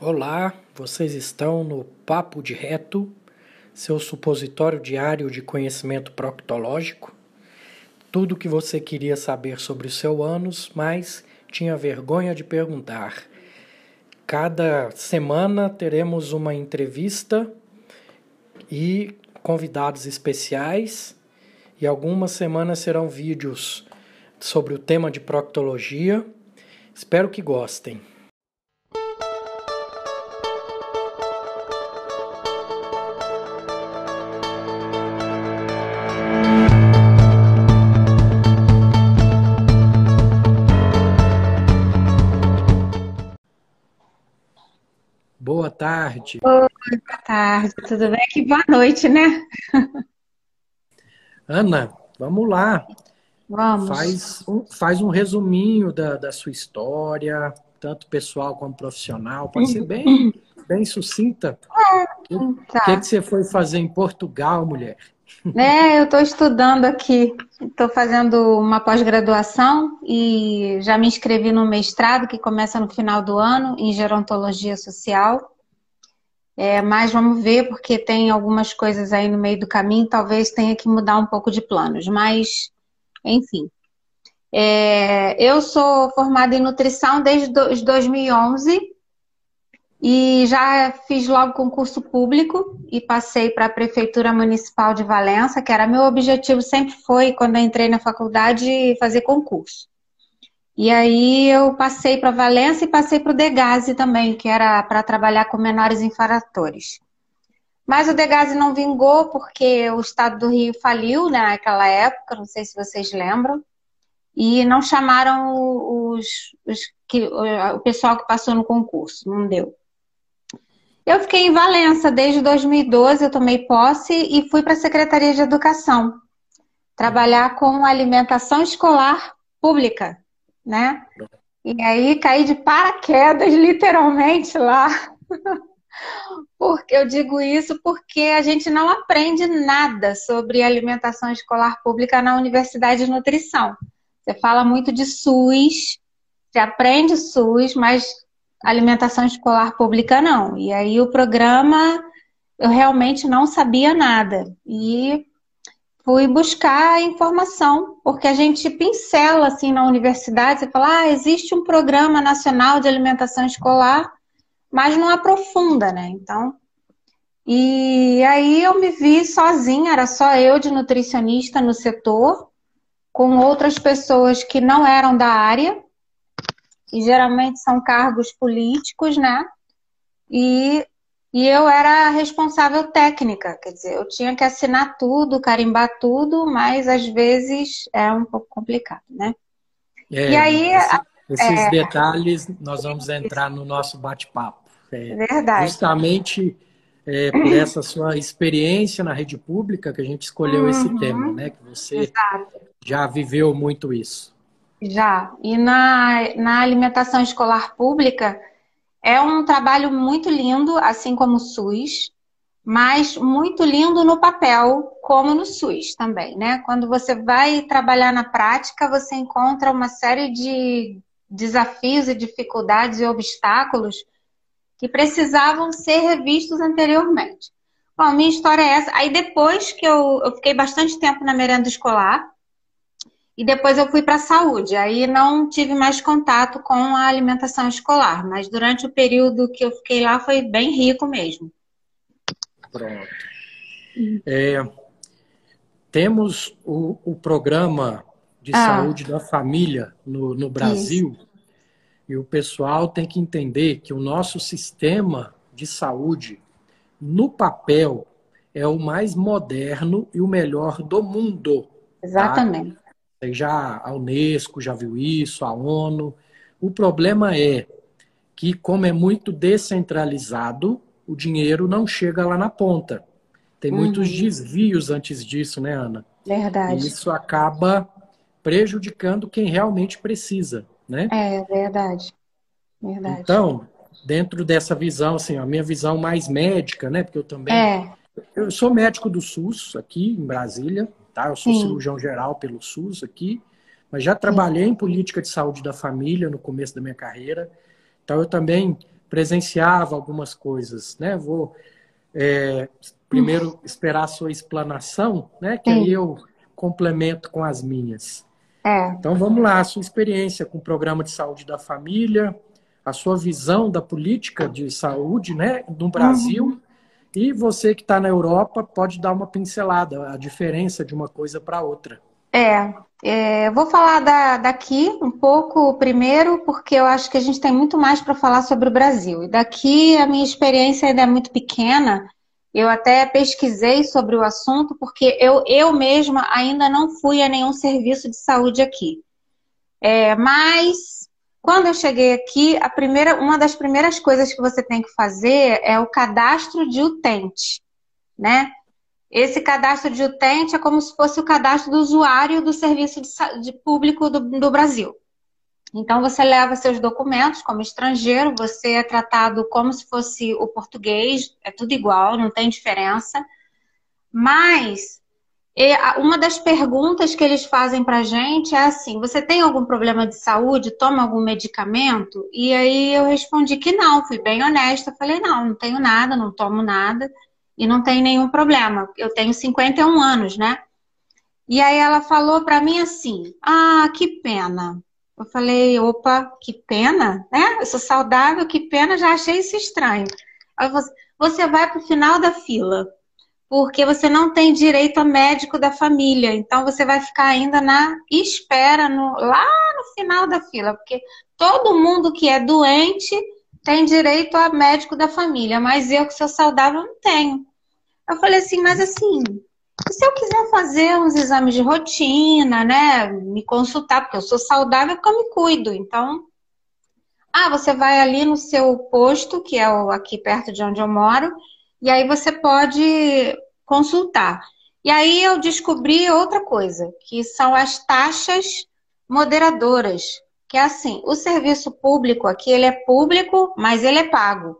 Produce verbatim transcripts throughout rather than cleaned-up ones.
Olá, vocês estão no Papo de Reto, seu supositório diário de conhecimento proctológico. Tudo o que você queria saber sobre o seu ânus, mas tinha vergonha de perguntar. Cada semana teremos uma entrevista e convidados especiais, e algumas semanas serão vídeos sobre o tema de proctologia. Espero que gostem. Boa tarde. Oi, boa tarde, tudo bem? Que boa noite, né? Ana, vamos lá. Vamos. Faz um, faz um resuminho da, da sua história, tanto pessoal como profissional. Pode ser bem, bem sucinta. O que, que, Tá. que você foi fazer em Portugal, mulher? É, eu estou estudando aqui, estou fazendo uma pós-graduação e já me inscrevi no mestrado, que começa no final do ano, em gerontologia social. É, mas vamos ver, porque tem algumas coisas aí no meio do caminho, talvez tenha que mudar um pouco de planos, mas, enfim. É, eu sou formada em nutrição desde dois mil e onze e já fiz logo concurso público e passei para a Prefeitura Municipal de Valença, que era meu objetivo, sempre foi, quando eu entrei na faculdade, fazer concurso. E aí eu passei para Valença e passei para o Degase também, que era para trabalhar com menores infratores. Mas o Degase não vingou porque o estado do Rio faliu, né, naquela época, não sei se vocês lembram, e não chamaram os, os, que, o pessoal que passou no concurso, não deu. Eu fiquei em Valença desde dois mil e doze, eu tomei posse e fui para a Secretaria de Educação, trabalhar com alimentação escolar pública, né? E aí caí de paraquedas, literalmente, lá. Porque eu digo isso porque a gente não aprende nada sobre alimentação escolar pública na Universidade de Nutrição. Você fala muito de SUS, você aprende SUS, mas alimentação escolar pública não. E aí o programa eu realmente não sabia nada. E fui buscar informação, porque a gente pincela assim na universidade, você fala, ah, existe um programa nacional de alimentação escolar, mas não aprofunda, né? Então, e aí eu me vi sozinha, era só eu de nutricionista no setor, com outras pessoas que não eram da área, e geralmente são cargos políticos, né? E, e eu era a responsável técnica, quer dizer, eu tinha que assinar tudo, carimbar tudo, mas às vezes é um pouco complicado, né? É, E aí, esse- esses é detalhes nós vamos entrar no nosso bate-papo. É, verdade. justamente é, por essa sua experiência na rede pública que a gente escolheu esse tema, Uhum, né? Que você exato. já viveu muito isso. Já. E na, na alimentação escolar pública é um trabalho muito lindo, assim como o SUS, mas muito lindo no papel, como no SUS também, né? Quando você vai trabalhar na prática, você encontra uma série de desafios e dificuldades e obstáculos que precisavam ser revistos anteriormente. Bom, minha história é essa. Aí depois que eu, eu fiquei bastante tempo na merenda escolar, e depois eu fui para a saúde. Aí não tive mais contato com a alimentação escolar, mas durante o período que eu fiquei lá foi bem rico mesmo. Pronto. É, temos o, o programa de Ah, saúde da família no, no isso. Brasil, e o pessoal tem que entender que o nosso sistema de saúde, no papel, é o mais moderno e o melhor do mundo, tá? Exatamente. Já a Unesco já viu isso, a ONU. O problema é que, como é muito descentralizado, o dinheiro não chega lá na ponta. Tem muitos Uhum, desvios antes disso, né, Ana? E verdade. isso acaba prejudicando quem realmente precisa, né? É verdade. Verdade. Então, dentro dessa visão, assim, a minha visão mais médica, né? Porque eu também É, eu sou médico do SUS aqui em Brasília, tá? Eu sou sim, cirurgião geral pelo SUS aqui, mas já sim. trabalhei em política de saúde da família no começo da minha carreira. Então eu também presenciava algumas coisas, né? Vou é, primeiro esperar a sua explanação, né? Que aí Sim. eu complemento com as minhas. É. Então vamos lá, a sua experiência com o Programa de Saúde da Família, a sua visão da política de saúde, né, no Brasil, Uhum. e você que está na Europa pode dar uma pincelada, a diferença de uma coisa para outra. É, é, vou falar da, daqui um pouco primeiro, porque eu acho que a gente tem muito mais para falar sobre o Brasil. E daqui a minha experiência ainda é muito pequena. Eu até pesquisei sobre o assunto, porque eu, eu mesma ainda não fui a nenhum serviço de saúde aqui. É, mas quando eu cheguei aqui, a primeira, uma das primeiras coisas que você tem que fazer é o cadastro de utente, né? Esse cadastro de utente é como se fosse o cadastro do usuário do serviço de, de público do, do Brasil. Então, você leva seus documentos como estrangeiro, você é tratado como se fosse o português, é tudo igual, não tem diferença. Mas, uma das perguntas que eles fazem pra gente é assim, você tem algum problema de saúde, toma algum medicamento? E aí eu respondi que não, fui bem honesta, falei, não, não tenho nada, não tomo nada. E não tem nenhum problema. Eu tenho cinquenta e um anos, né? E aí ela falou para mim assim, ah, que pena. Eu falei, opa, que pena, né? Eu sou saudável, que pena, já achei isso estranho. Ela falou, você vai para o final da fila, porque você não tem direito a médico da família. Então você vai ficar ainda na espera, no, lá no final da fila, porque todo mundo que é doente tem direito a médico da família, mas eu que sou saudável não tenho. Eu falei assim, mas assim, se eu quiser fazer uns exames de rotina, né, me consultar, porque eu sou saudável, porque eu me cuido, então, ah, você vai ali no seu posto, que é o, aqui perto de onde eu moro, e aí você pode consultar. E aí eu descobri outra coisa, que são as taxas moderadoras, que é assim, o serviço público aqui, ele é público, mas ele é pago.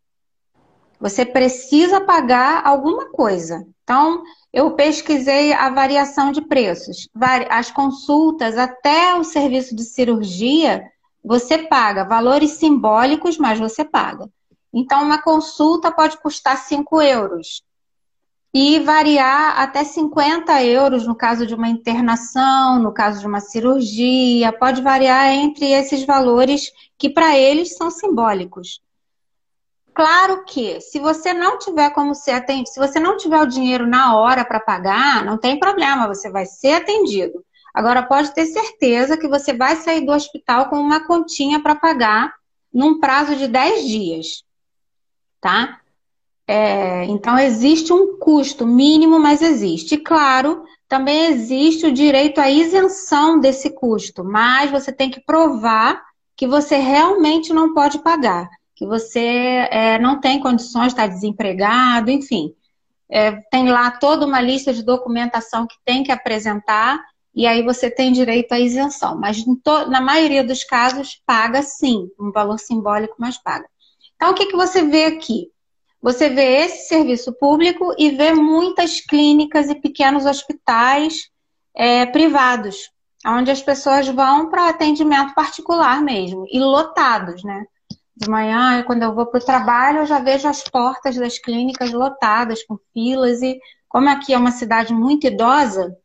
Você precisa pagar alguma coisa. Então, eu pesquisei a variação de preços. As consultas, até o serviço de cirurgia, você paga. Valores simbólicos, mas você paga. Então, uma consulta pode custar cinco euros. E variar até cinquenta euros no caso de uma internação, no caso de uma cirurgia. Pode variar entre esses valores que, para eles, são simbólicos. Claro que, se você não tiver como ser atendido, se você não tiver o dinheiro na hora para pagar, não tem problema, você vai ser atendido. Agora, pode ter certeza que você vai sair do hospital com uma continha para pagar num prazo de dez dias, tá? É, então, existe um custo mínimo, mas existe. E, claro, também existe o direito à isenção desse custo, mas você tem que provar que você realmente não pode pagar. Que você é, não tem condições de estar desempregado, enfim. É, tem lá toda uma lista de documentação que tem que apresentar e aí você tem direito à isenção. Mas na maioria dos casos, paga sim, um valor simbólico, mas paga. Então, o que, que você vê aqui? Você vê esse serviço público e vê muitas clínicas e pequenos hospitais é, privados, onde as pessoas vão para atendimento particular mesmo, e lotados, né? De manhã, quando eu vou para o trabalho, eu já vejo as portas das clínicas lotadas, com filas. E como aqui é uma cidade muito idosa,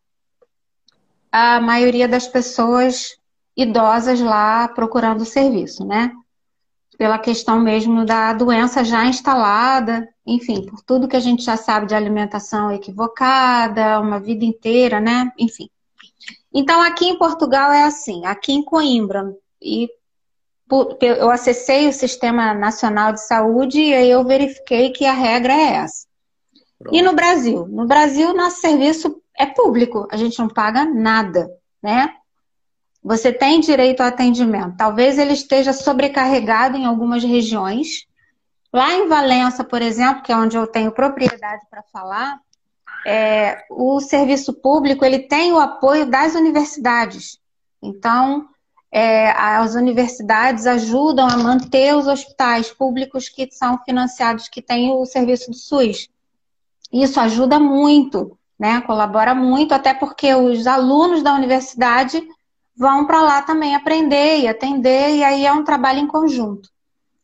a maioria das pessoas idosas lá procurando serviço, né? Pela questão mesmo da doença já instalada, enfim, por tudo que a gente já sabe de alimentação equivocada, uma vida inteira, né? Enfim. Então, aqui em Portugal é assim, aqui em Coimbra, e eu acessei o Sistema Nacional de Saúde e aí eu verifiquei que a regra é essa. Pronto. E no Brasil? No Brasil, nosso serviço é público, a gente não paga nada, né? Você tem direito ao atendimento. Talvez ele esteja sobrecarregado em algumas regiões. Lá em Valença, por exemplo, que é onde eu tenho propriedade para falar, é, o serviço público ele tem o apoio das universidades. Então, É, as universidades ajudam a manter os hospitais públicos que são financiados, que têm o serviço do SUS. Isso ajuda muito, né? Colabora muito, até porque os alunos da universidade vão para lá também aprender e atender, e aí é um trabalho em conjunto.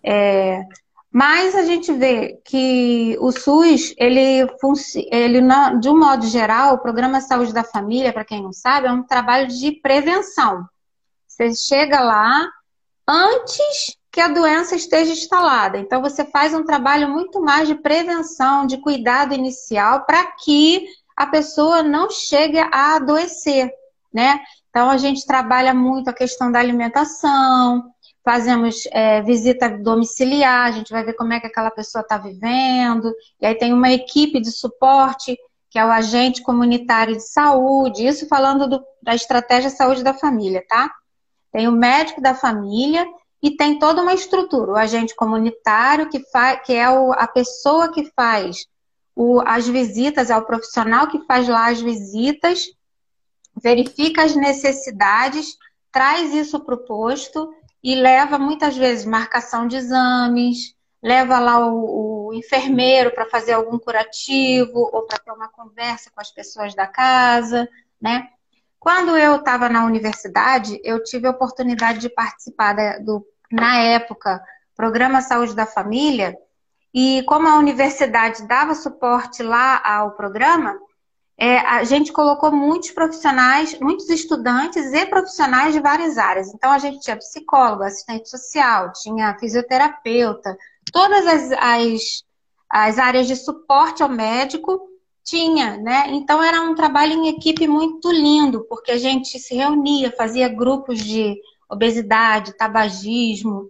É, mas a gente vê que o SUS, ele, ele não- de um modo geral, o Programa Saúde da Família, para quem não sabe, é um trabalho de prevenção. Você chega lá antes que a doença esteja instalada. Então, você faz um trabalho muito mais de prevenção, de cuidado inicial, para que a pessoa não chegue a adoecer, né? Então, a gente trabalha muito a questão da alimentação, fazemos é, visita domiciliar, a gente vai ver como é que aquela pessoa está vivendo, e aí tem uma equipe de suporte, que é o agente comunitário de saúde, isso falando do, da estratégia saúde da família, tá? Tem o médico da família e tem toda uma estrutura. O agente comunitário, que, faz, que é o, a pessoa que faz o, as visitas, é o profissional que faz lá as visitas, verifica as necessidades, traz isso para o posto e leva muitas vezes marcação de exames, leva lá o, o enfermeiro para fazer algum curativo ou para ter uma conversa com as pessoas da casa, né? Quando eu estava na universidade, eu tive a oportunidade de participar da, do, na época, Programa Saúde da Família, e como a universidade dava suporte lá ao programa, é, a gente colocou muitos profissionais, muitos estudantes e profissionais de várias áreas. Então, a gente tinha psicólogo, assistente social, tinha fisioterapeuta, todas as, as, as áreas de suporte ao médico tinha, né? Então, era um trabalho em equipe muito lindo, porque a gente se reunia, fazia grupos de obesidade, tabagismo,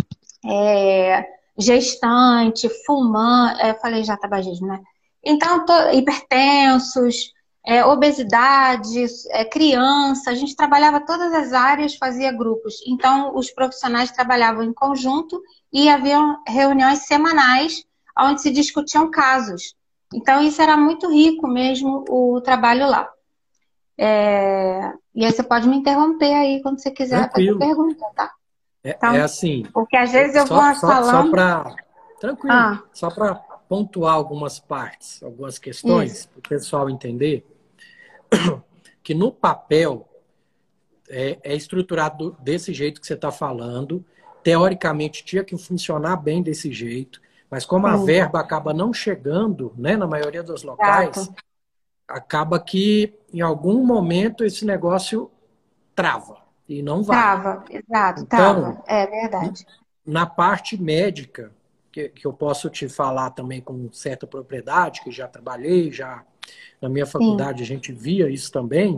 é, gestante, fumante, é, falei já tabagismo, né? Então, to, hipertensos, é, obesidade, é, criança, a gente trabalhava todas as áreas, fazia grupos. Então, os profissionais trabalhavam em conjunto e haviam reuniões semanais onde se discutiam casos. Então, isso era muito rico mesmo, o trabalho lá. É, e aí você pode me interromper aí quando você quiser fazer Tranquilo. pergunta, tá? É, Então, é assim, porque às vezes eu vou só, só, só falando... para... Tranquilo, Ah, só para pontuar algumas partes, algumas isso. questões, para o pessoal entender que no papel é, é estruturado desse jeito que você está falando. Teoricamente, tinha que funcionar bem desse jeito, mas como a Sim, verba acaba não chegando, né, na maioria dos locais, exato. acaba que em algum momento esse negócio trava e não vai. Trava, exato, Então, trava. É verdade. na parte médica, que, que eu posso te falar também com certa propriedade, que já trabalhei, já na minha Sim, faculdade a gente via isso também,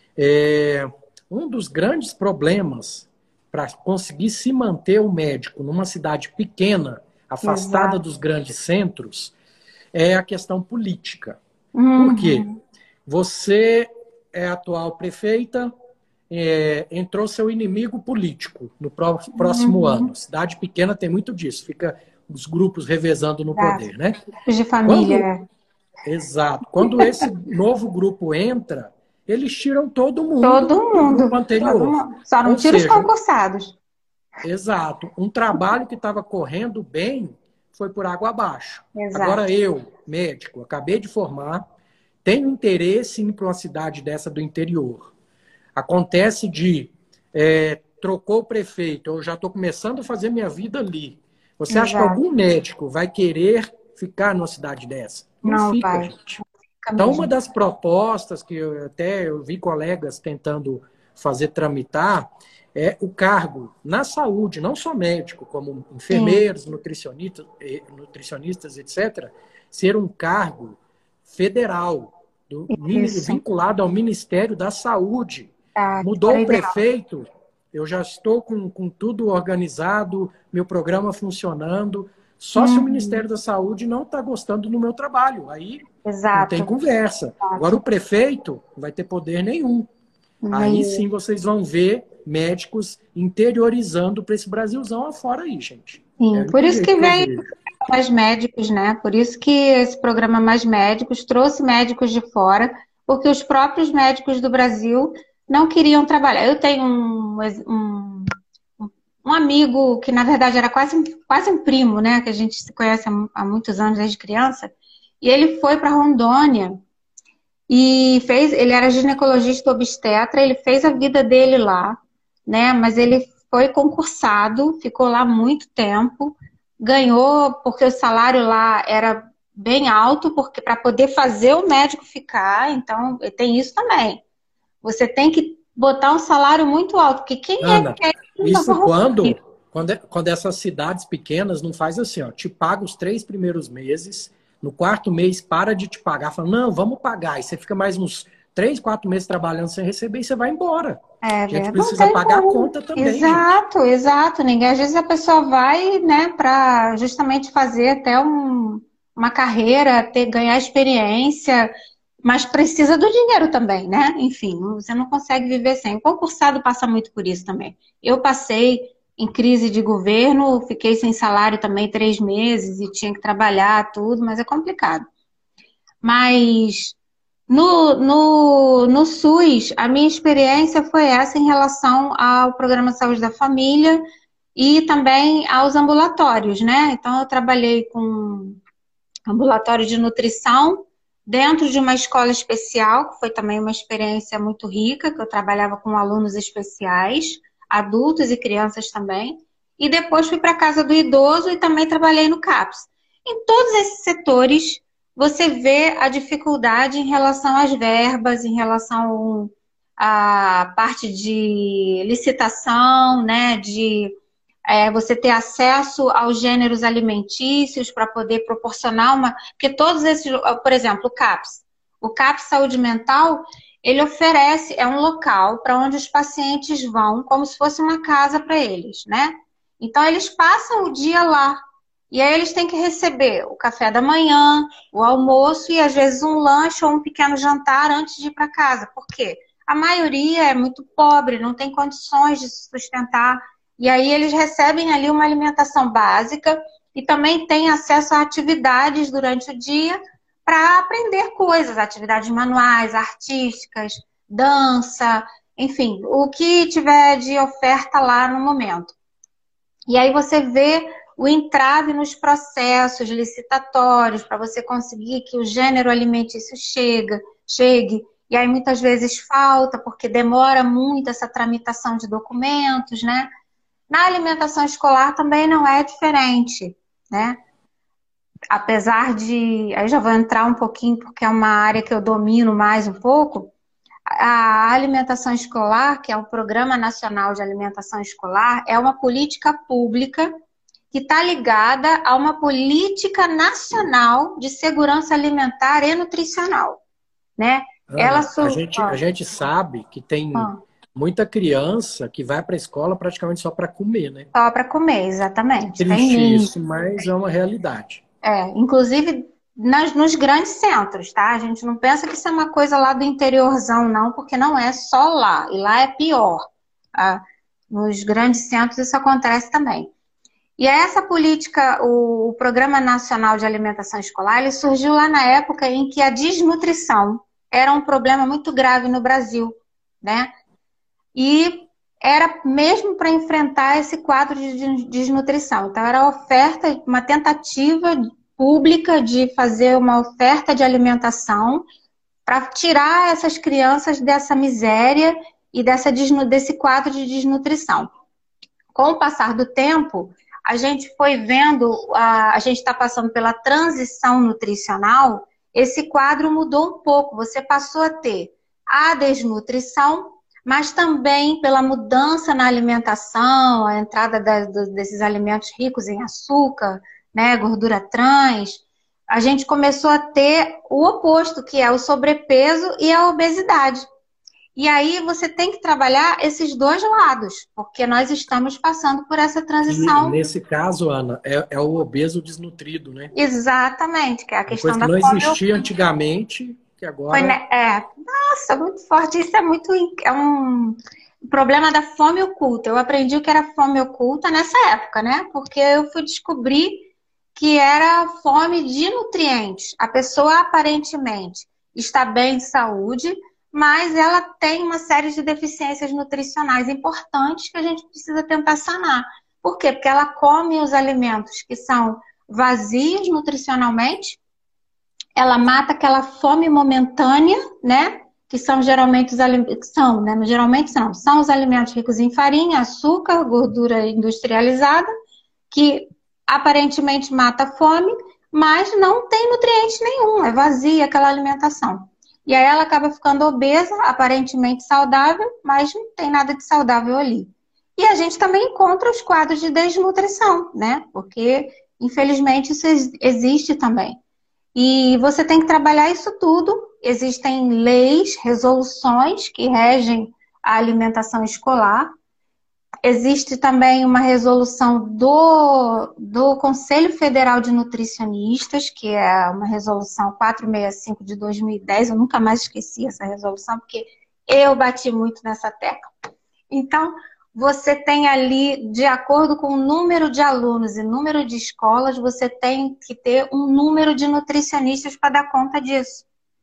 é, um dos grandes problemas para conseguir se manter o médico numa cidade pequena, afastada exato. dos grandes centros, é a questão política. Por quê? Uhum, Você é a atual prefeita, é, entrou seu inimigo político no pró- próximo ano. uhum, Cidade pequena tem muito disso, fica os grupos revezando no exato. poder, né? Tipos de família, Quando, é. exato, quando esse novo grupo entra, eles tiram todo mundo Todo do grupo mundo, todo anterior. mundo. Só não Ou tira os seja, um- concursados. exato, um trabalho que estava correndo bem foi por água abaixo. Agora Exato. eu, médico, acabei de formar, tenho interesse em ir para uma cidade dessa do interior. Acontece de é, trocou o prefeito, eu já estou começando a fazer minha vida ali. Você acha que Exato. algum médico vai querer ficar numa cidade dessa? Não Não fica, vai. gente. Fica Então, uma mesmo. das propostas que eu até eu vi colegas tentando fazer tramitar é o cargo na saúde, não só médico, como Sim, enfermeiros, nutricionistas, eh, nutricionistas, etcétera, ser um cargo federal, do, isso. vinculado ao Ministério da Saúde. Tá, Mudou era o ideal. prefeito, eu já estou com, com tudo organizado, meu programa funcionando. Só se o Uhum, Ministério da Saúde não está gostando do meu trabalho. Aí não tem exato. conversa. Agora, o Exato. prefeito não vai ter poder nenhum. Aí Aí, sim vocês vão ver médicos interiorizando para esse Brasilzão afora aí, gente. É sim, o por único isso que jeito que eu veio vejo. Mais Médicos, né? Por isso que esse programa Mais Médicos trouxe médicos de fora, porque os próprios médicos do Brasil não queriam trabalhar. Eu tenho um, um, um amigo que, na verdade, era quase, quase um primo, né? Que a gente se conhece há, há muitos anos, desde criança. E ele foi para Rondônia e fez. Ele era ginecologista obstetra, ele fez a vida dele lá, né? Mas ele foi concursado, ficou lá muito tempo, ganhou, porque o salário lá era bem alto, porque para poder fazer o médico ficar, então tem isso também. Você tem que botar um salário muito alto, porque quem é Ana, que quer isso quando, quando, é- quando essas cidades pequenas não faz assim, ó, te paga os três primeiros meses, no quarto mês para de te pagar, fala, não, vamos pagar, e você fica mais uns três, quatro meses trabalhando sem receber e você vai embora. É A gente verdade, não precisa tem pagar a como. conta também, gente. Exato, exato. Ninguém, às vezes a pessoa vai, né, para justamente fazer até um, uma carreira, ter, ganhar experiência, mas precisa do dinheiro também, né? Enfim, você não consegue viver sem. O concursado passa muito por isso também. Eu passei em crise de governo, fiquei sem salário também três meses e tinha que trabalhar tudo, mas é complicado. Mas no, no, no SUS, a minha experiência foi essa em relação ao Programa de Saúde da Família e também aos ambulatórios, né? Então, eu trabalhei com ambulatório de nutrição dentro de uma escola especial, que foi também uma experiência muito rica, que eu trabalhava com alunos especiais, adultos e crianças também. E depois fui para a casa do idoso e também trabalhei no CAPS. Em todos esses setores, você vê a dificuldade em relação às verbas, em relação à parte de licitação, né, de é, você ter acesso aos gêneros alimentícios para poder proporcionar uma... Porque todos esses, por exemplo, o CAPS. O CAPS Saúde Mental, ele oferece, é um local para onde os pacientes vão, como se fosse uma casa para eles, né? Então, eles passam o dia lá. E aí eles têm que receber o café da manhã, o almoço e às vezes um lanche ou um pequeno jantar antes de ir para casa. Por quê? A maioria é muito pobre, não tem condições de se sustentar. E aí eles recebem ali uma alimentação básica e também têm acesso a atividades durante o dia para aprender coisas, atividades manuais, artísticas, dança, enfim, o que tiver de oferta lá no momento. E aí você vê o entrave nos processos licitatórios para você conseguir que o gênero alimentício chega, chegue. E aí muitas vezes falta, porque demora muito essa tramitação de documentos, né? Na alimentação escolar também não é diferente, né? Apesar de... Aí já vou entrar um pouquinho, porque é uma área que eu domino mais um pouco. A alimentação escolar, que é o Programa Nacional de Alimentação Escolar, é uma política pública que está ligada a uma política nacional de segurança alimentar e nutricional, né? Ana, Ela... a gente, a gente sabe que tem Ah, muita criança que vai para a escola praticamente só para comer, né? só para comer, exatamente. Tem Triste nisso. isso, mas é uma realidade. É, inclusive nas, nos grandes centros, tá? A gente não pensa que isso é uma coisa lá do interiorzão, não, porque não é só lá. E lá é pior. Tá? Nos grandes centros isso acontece também. E essa política, o, o Programa Nacional de Alimentação Escolar, ele surgiu lá na época em que a desnutrição era um problema muito grave no Brasil, né? E era mesmo para enfrentar esse quadro de desnutrição. Então, era oferta, uma tentativa pública de fazer uma oferta de alimentação para tirar essas crianças dessa miséria e dessa, desse quadro de desnutrição. Com o passar do tempo, a gente foi vendo, a, a gente está passando pela transição nutricional, esse quadro mudou um pouco. Você passou a ter a desnutrição, mas também pela mudança na alimentação, a entrada da, do, desses alimentos ricos em açúcar, né, gordura trans, a gente começou a ter o oposto, que é o sobrepeso e a obesidade. E aí você tem que trabalhar esses dois lados, porque nós estamos passando por essa transição. E nesse caso, Ana, é, é o obeso desnutrido, né? Exatamente, que é a Uma questão coisa da que não fome. existia antigamente, que agora... Foi, né? É, nossa, muito forte. Isso é muito é um problema da fome oculta. Eu aprendi o que era fome oculta nessa época, né? Porque eu fui descobrir que era fome de nutrientes. A pessoa aparentemente está bem de saúde, mas ela tem uma série de deficiências nutricionais importantes que a gente precisa tentar sanar. Por quê? Porque ela come os alimentos que são vazios nutricionalmente, ela mata aquela fome momentânea, né? que são geralmente os alimentos, são, né? Geralmente não, são os alimentos ricos em farinha, açúcar, gordura industrializada, que aparentemente mata a fome, mas não tem nutriente nenhum, é vazia aquela alimentação. E aí ela acaba ficando obesa, aparentemente saudável, mas não tem nada de saudável ali. E a gente também encontra os quadros de desnutrição, né? Porque, infelizmente, isso existe também. E você tem que trabalhar isso tudo. Existem leis, resoluções que regem a alimentação escolar. Existe também uma resolução do, do Conselho Federal de Nutricionistas, que é uma resolução quatrocentos e sessenta e cinco de dois mil e dez. Eu nunca mais esqueci essa resolução, porque eu bati muito nessa tecla. Então, você tem ali, de acordo com o número de alunos e número de escolas, você tem que ter um número de nutricionistas para dar conta disso.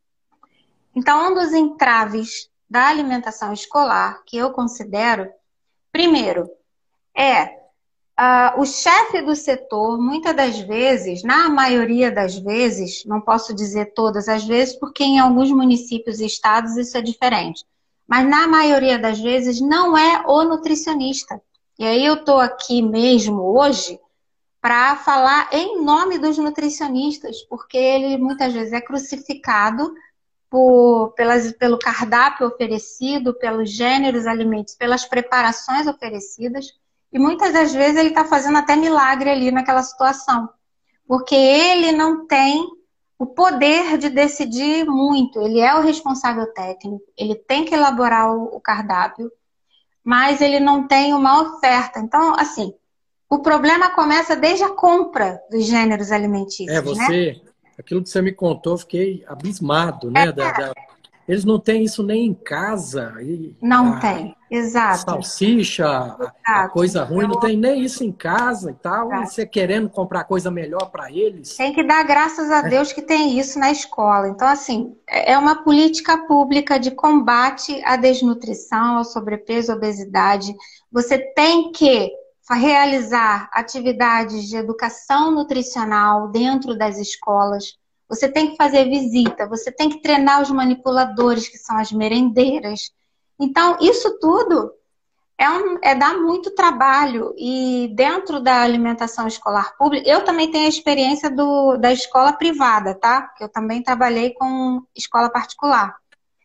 Então, um dos entraves da alimentação escolar, que eu considero, primeiro, é uh, o chefe do setor, muitas das vezes, na maioria das vezes, não posso dizer todas as vezes, porque em alguns municípios e estados isso é diferente, mas na maioria das vezes não é o nutricionista. E aí eu estou aqui mesmo hoje para falar em nome dos nutricionistas, porque ele muitas vezes é crucificado por, pelas, pelo cardápio oferecido, pelos gêneros alimentos, pelas preparações oferecidas, e muitas das vezes ele está fazendo até milagre ali naquela situação, porque ele não tem o poder de decidir muito. Ele é o responsável técnico, ele tem que elaborar o, o cardápio, mas ele não tem uma oferta. Então, assim, o problema começa desde a compra dos gêneros alimentícios, É, você, né? aquilo que você me contou, eu fiquei abismado, né? Da, da- eles não têm isso nem em casa. E Não a tem, exato, salsicha, a, a exato. coisa ruim, não tem nem isso em casa e tal. E exato. você querendo comprar coisa melhor para eles. Tem que dar graças a Deus que tem isso na escola. Então, assim, é uma política pública de combate à desnutrição, ao sobrepeso, à obesidade. Você tem que realizar atividades de educação nutricional dentro das escolas. Você tem que fazer visita, você tem que treinar os manipuladores, que são as merendeiras. Então, isso tudo é, um, é dar muito trabalho. E dentro da alimentação escolar pública, eu também tenho a experiência do, da escola privada, tá? Porque eu também trabalhei com escola particular.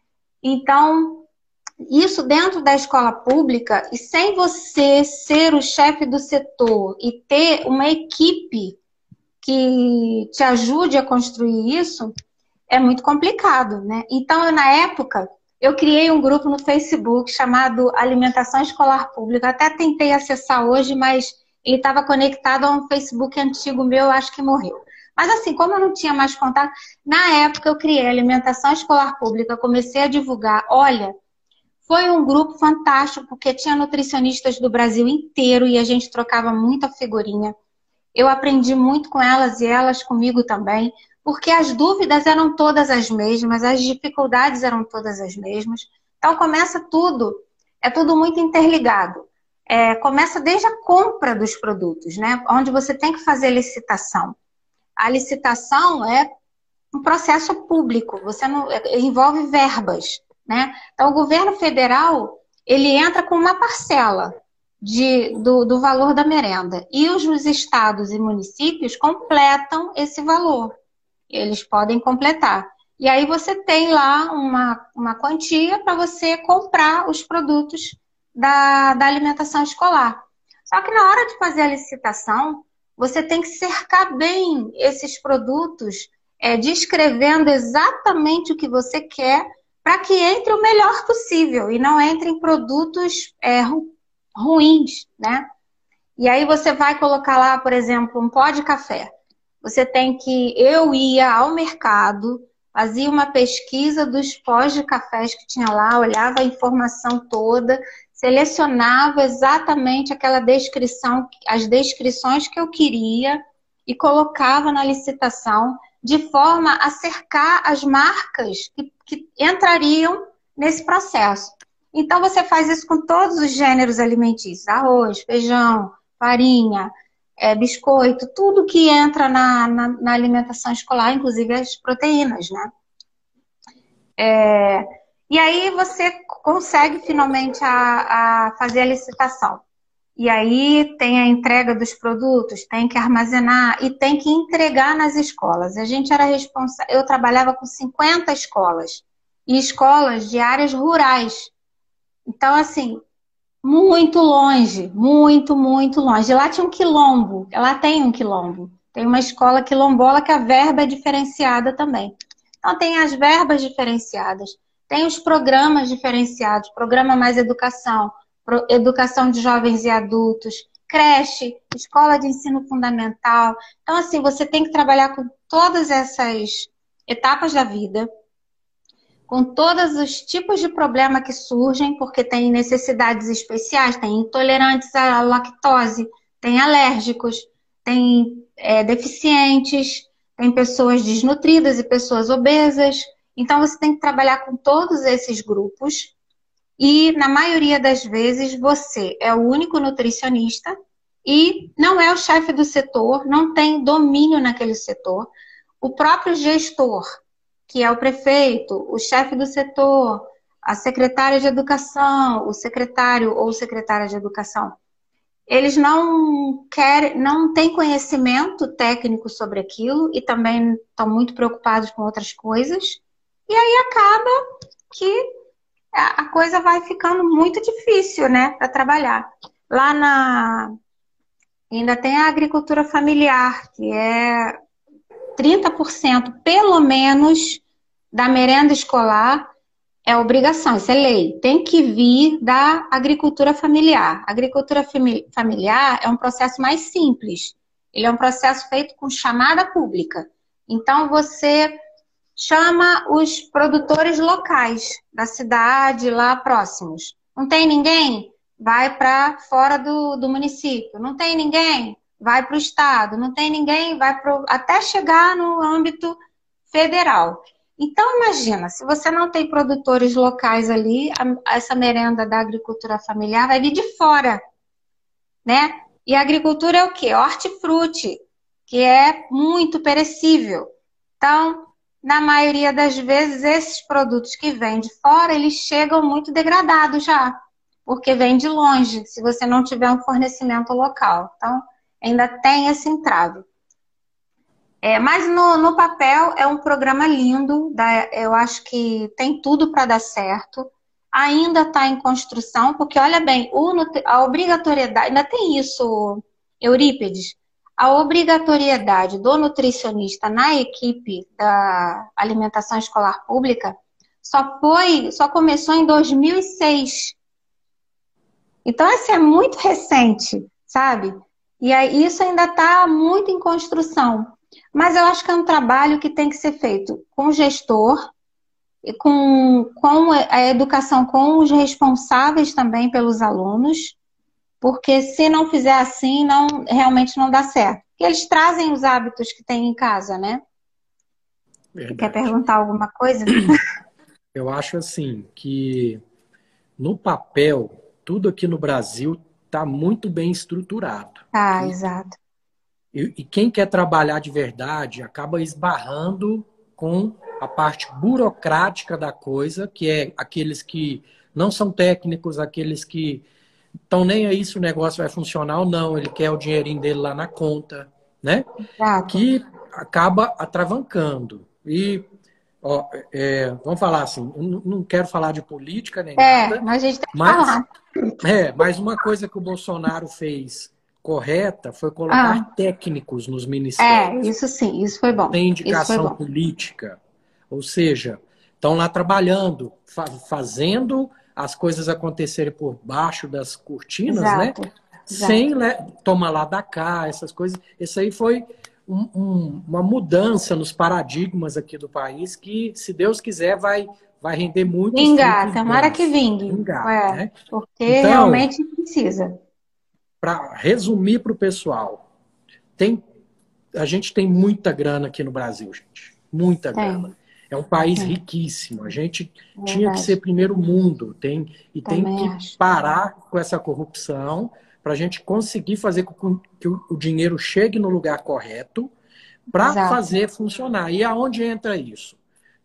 Então, isso dentro da escola pública, e sem você ser o chefe do setor e ter uma equipe que te ajude a construir isso, é muito complicado, né? Então, eu, na época, eu criei um grupo no Facebook chamado Alimentação Escolar Pública. Até tentei acessar hoje, mas ele estava conectado a um Facebook antigo meu, acho que morreu. Mas assim, como eu não tinha mais contato, na época eu criei Alimentação Escolar Pública, comecei a divulgar. Olha, foi um grupo fantástico, porque tinha nutricionistas do Brasil inteiro e a gente trocava muita figurinha. Eu aprendi muito com elas e elas comigo também, porque as dúvidas eram todas as mesmas, as dificuldades eram todas as mesmas. Então começa tudo, é tudo muito interligado. É, começa desde a compra dos produtos, né? Onde você tem que fazer licitação. A licitação é um processo público, você não, envolve verbas, né? Então o governo federal, ele entra com uma parcela De, do, do valor da merenda. E os, os estados e municípios completam esse valor. Eles podem completar. E aí você tem lá uma, uma quantia para você comprar os produtos da, da alimentação escolar. Só que na hora de fazer a licitação, você tem que cercar bem esses produtos, é, descrevendo exatamente o que você quer para que entre o melhor possível e não entre em produtos é, ruins, né? E aí você vai colocar lá, por exemplo, um pó de café. Você tem que... Eu ia ao mercado, fazia uma pesquisa dos pós de cafés que tinha lá, olhava a informação toda, selecionava exatamente aquela descrição, as descrições que eu queria e colocava na licitação de forma a cercar as marcas que, que entrariam nesse processo. Então, você faz isso com todos os gêneros alimentícios, arroz, feijão, farinha, é, biscoito, tudo que entra na, na, na alimentação escolar, inclusive as proteínas, né? É, E aí você consegue finalmente a, a fazer a licitação. E aí tem a entrega dos produtos, tem que armazenar e tem que entregar nas escolas. A gente era responsável, eu trabalhava com cinquenta escolas, e escolas de áreas rurais. Então, assim, muito longe, muito, muito longe. Lá tinha um quilombo, lá tem um quilombo. Tem uma escola quilombola que a verba é diferenciada também. Então, tem as verbas diferenciadas, tem os programas diferenciados, programa Mais Educação, educação de jovens e adultos, creche, escola de ensino fundamental. Então, assim, você tem que trabalhar com todas essas etapas da vida, com todos os tipos de problema que surgem, porque tem necessidades especiais, tem intolerantes à lactose, tem alérgicos, tem é, deficientes, tem pessoas desnutridas e pessoas obesas. Então, você tem que trabalhar com todos esses grupos e, na maioria das vezes, você é o único nutricionista e não é o chefe do setor, não tem domínio naquele setor. O próprio gestor, que é o prefeito, o chefe do setor, a secretária de educação, o secretário ou secretária de educação, eles não querem, não têm conhecimento técnico sobre aquilo e também estão muito preocupados com outras coisas. E aí acaba que a coisa vai ficando muito difícil, né, para trabalhar. Lá na ainda tem a agricultura familiar, que é trinta por cento, pelo menos, da merenda escolar é obrigação, isso é lei. Tem que vir da agricultura familiar. A agricultura familiar é um processo mais simples. Ele é um processo feito com chamada pública. Então, você chama os produtores locais da cidade, lá próximos. Não tem ninguém? Vai para fora do, do município. Não tem ninguém? Vai para o estado. Não tem ninguém? Vai pro, até chegar no âmbito federal. Então, imagina, se você não tem produtores locais ali, a, essa merenda da agricultura familiar vai vir de fora, né? E a agricultura é o quê? Hortifruti, que é muito perecível. Então, na maioria das vezes, esses produtos que vêm de fora, eles chegam muito degradados já, porque vêm de longe, se você não tiver um fornecimento local. Então, ainda tem esse entrave. É, mas no, no papel é um programa lindo, da, eu acho que tem tudo para dar certo. Ainda está em construção, porque olha bem, o, a obrigatoriedade, ainda tem isso, Eurípides, a obrigatoriedade do nutricionista na equipe da alimentação escolar pública só foi, só começou em dois mil e seis. Então, assim, é muito recente, sabe? E aí, isso ainda está muito em construção. Mas eu acho que é um trabalho que tem que ser feito com o gestor, e com, com a educação, com os responsáveis também pelos alunos, porque se não fizer assim, não, realmente não dá certo. Porque eles trazem os hábitos que tem em casa, né? Verdade. Você quer perguntar alguma coisa? Eu acho assim, que no papel, tudo aqui no Brasil está muito bem estruturado. Ah, e, exato. E, e quem quer trabalhar de verdade acaba esbarrando com a parte burocrática da coisa, que é aqueles que não são técnicos, aqueles que estão nem aí se o negócio vai funcionar ou não, ele quer o dinheirinho dele lá na conta, né? Exato. Que acaba atravancando. E, ó, é, vamos falar assim, eu não quero falar de política nem é, nada, mas a gente tem que mas, falar. É, mas uma coisa que o Bolsonaro fez correta foi colocar Ah. técnicos nos ministérios. É, isso sim, isso foi bom. Tem indicação isso foi bom. política. Ou seja, estão lá trabalhando, fa fazendo as coisas acontecerem por baixo das cortinas, Exato. né? Exato. Sem tomar lá da cá, essas coisas. Isso aí foi um, um, uma mudança nos paradigmas aqui do país que, se Deus quiser, vai, vai render muito. Vingar, tomara que vingue. Vingar, é, né? Porque então, realmente precisa. Para resumir para o pessoal, tem, a gente tem muita grana aqui no Brasil, gente. Muita tem. grana. É um país tem. riquíssimo. A gente é tinha que ser primeiro mundo. Tem, e Também tem que acho. parar com essa corrupção para a gente conseguir fazer com que o, o dinheiro chegue no lugar correto para fazer funcionar. E aonde entra isso?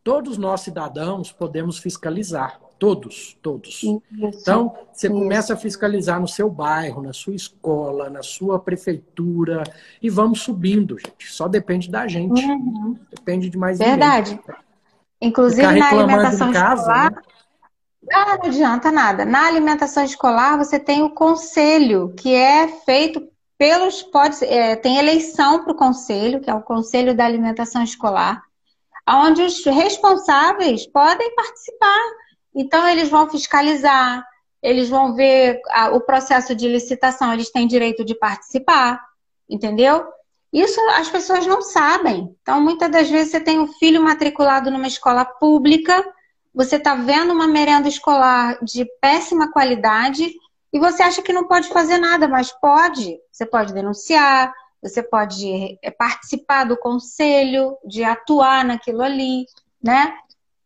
todos nós cidadãos podemos fiscalizar. Todos, todos. Isso, Então, você isso. começa a fiscalizar no seu bairro, na sua escola, na sua prefeitura, e vamos subindo, gente. Só depende da gente. Uhum. Depende de mais Verdade. ninguém. Inclusive Ficar na reclamando alimentação em casa, escolar, né? ah, não adianta nada. Na alimentação escolar, você tem o conselho, que é feito pelos. Pode, é, tem eleição para o conselho, que é o Conselho da Alimentação Escolar, onde os responsáveis podem participar. Então, eles vão fiscalizar, eles vão ver a, o processo de licitação, eles têm direito de participar, entendeu? Isso as pessoas não sabem. Então, muitas das vezes, você tem um filho matriculado numa escola pública, você está vendo uma merenda escolar de péssima qualidade e você acha que não pode fazer nada, mas pode. Você pode denunciar, você pode participar do conselho, de atuar naquilo ali, né?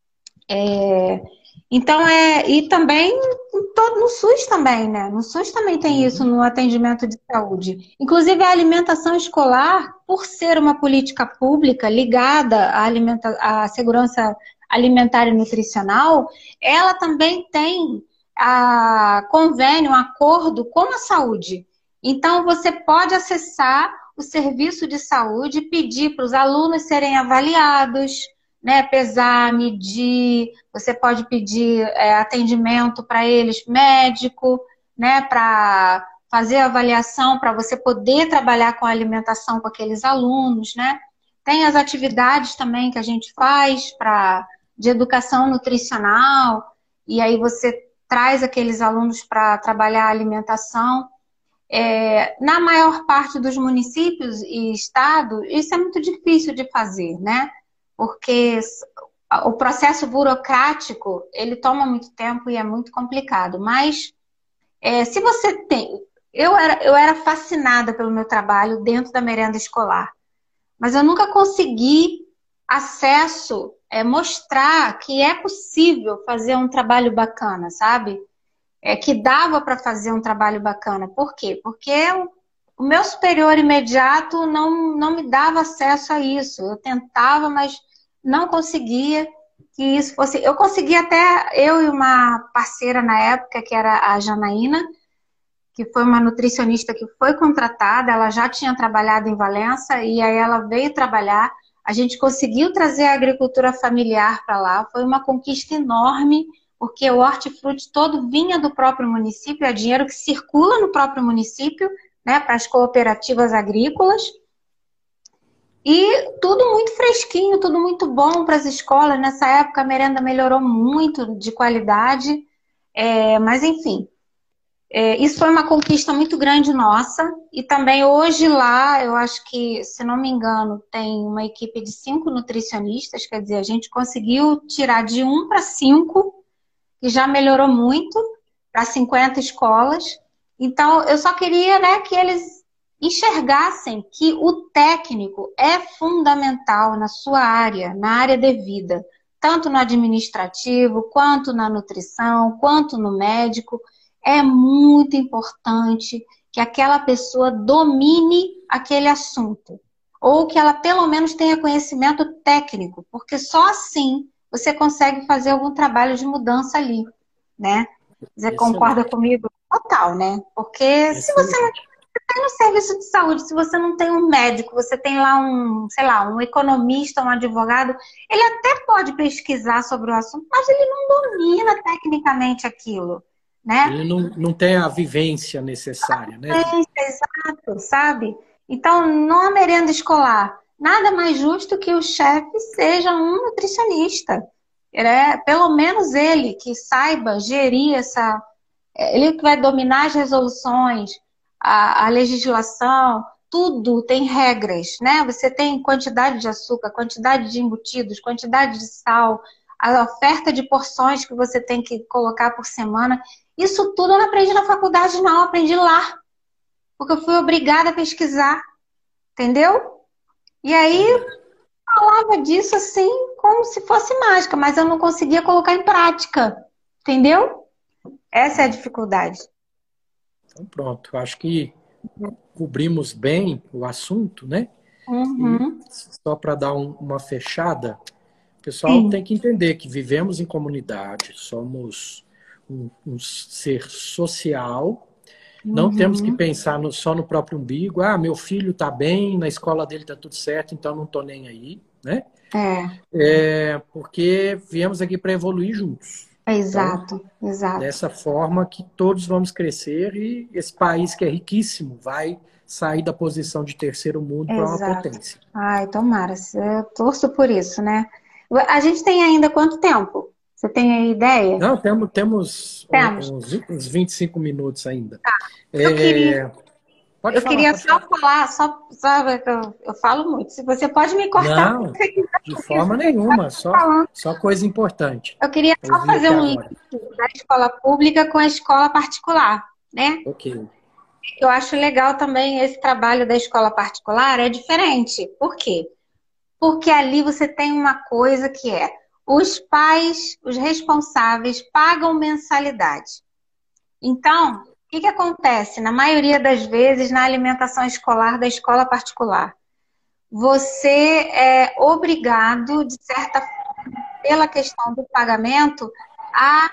É, então, é, e também todo, no SUS também, né? No SUS também tem isso no atendimento de saúde. Inclusive, a alimentação escolar, por ser uma política pública ligada à, alimenta, à segurança alimentar e nutricional, ela também tem a convênio, um acordo com a saúde. Então, você pode acessar o serviço de saúde e pedir para os alunos serem avaliados, né, pesar, medir, você pode pedir é, atendimento para eles, médico, né, para fazer avaliação, para você poder trabalhar com a alimentação com aqueles alunos, né? Tem as atividades também que a gente faz para de educação nutricional, e aí você traz aqueles alunos para trabalhar a alimentação. É, na maior parte dos municípios e estados, isso é muito difícil de fazer, né? Porque o processo burocrático, ele toma muito tempo e é muito complicado. Mas, é, se você tem... Eu era, eu era fascinada pelo meu trabalho dentro da merenda escolar, mas eu nunca consegui acesso, é, mostrar que é possível fazer um trabalho bacana, sabe? É, que dava para fazer um trabalho bacana. Por quê? Porque eu, o meu superior imediato não, não me dava acesso a isso. Eu tentava, mas não conseguia que isso fosse... Eu conseguia até, eu e uma parceira na época, que era a Janaína, que foi uma nutricionista que foi contratada, ela já tinha trabalhado em Valença, e aí ela veio trabalhar, a gente conseguiu trazer a agricultura familiar para lá, foi uma conquista enorme, porque o hortifruti todo vinha do próprio município, é dinheiro que circula no próprio município, né, para as cooperativas agrícolas, e tudo muito fresquinho, tudo muito bom para as escolas. Nessa época a merenda melhorou muito de qualidade, é, mas enfim, é, isso foi uma conquista muito grande nossa. E também hoje lá, eu acho que, se não me engano, tem uma equipe de cinco nutricionistas, quer dizer, a gente conseguiu tirar de um para cinco, que já melhorou muito, para cinquenta escolas. Então, eu só queria, né, que eles enxergassem que o técnico é fundamental na sua área, na área devida, tanto no administrativo, quanto na nutrição, quanto no médico. É muito importante que aquela pessoa domine aquele assunto, ou que ela pelo menos tenha conhecimento técnico, porque só assim você consegue fazer algum trabalho de mudança ali, né? Você concorda comigo? Total, né? Porque Excelente. Se você não tem um serviço de saúde, se você não tem um médico, você tem lá um, sei lá, um economista, um advogado, ele até pode pesquisar sobre o assunto, mas ele não domina tecnicamente aquilo, né? Ele não, não tem a vivência necessária, né? É, exato, sabe? Então, numa merenda escolar, nada mais justo que o chefe seja um nutricionista. É, pelo menos ele que saiba gerir essa... Ele que vai dominar as resoluções, a, a legislação, tudo tem regras, né? Você tem quantidade de açúcar, quantidade de embutidos, quantidade de sal, a oferta de porções que você tem que colocar por semana. Isso tudo eu não aprendi na faculdade, não. Eu aprendi lá. Porque eu fui obrigada a pesquisar. Entendeu? E aí, falava disso assim, como se fosse mágica, mas eu não conseguia colocar em prática. Entendeu? Essa é a dificuldade. Então, pronto. Eu acho que cobrimos bem o assunto, né? Uhum. E só para dar um, uma fechada, pessoal Sim. tem que entender que vivemos em comunidade, somos um, um ser social. Não temos que Uhum. pensar no- só no próprio umbigo. Ah, meu filho está bem, na escola dele está tudo certo, então não estou nem aí, né? É, É, porque viemos aqui para evoluir juntos. é Então, exato, exato. dessa forma que todos vamos crescer e esse país que é riquíssimo vai sair da posição de terceiro mundo para uma Exato. potência. Ai, tomara. Eu torço por isso, né? A gente tem ainda quanto tempo? Você tem aí ideia? Não, temos, temos Temos. uns, uns vinte e cinco minutos ainda. Eu queria, É, pode eu falar, queria pode só falar. falar, só, só que eu, eu falo muito. Se você pode me cortar, se Não, você quiser, de porque forma você está nenhuma, só, falando. só coisa importante. Eu queria só Ouvi fazer aqui um link agora. da escola pública com a escola particular, né? Ok. Eu acho legal também esse trabalho da escola particular, é diferente. Por quê? Porque ali você tem uma coisa que é, os pais, os responsáveis, pagam mensalidade. Então, o que que acontece? Na maioria das vezes, na alimentação escolar da escola particular, você é obrigado, de certa forma, pela questão do pagamento, a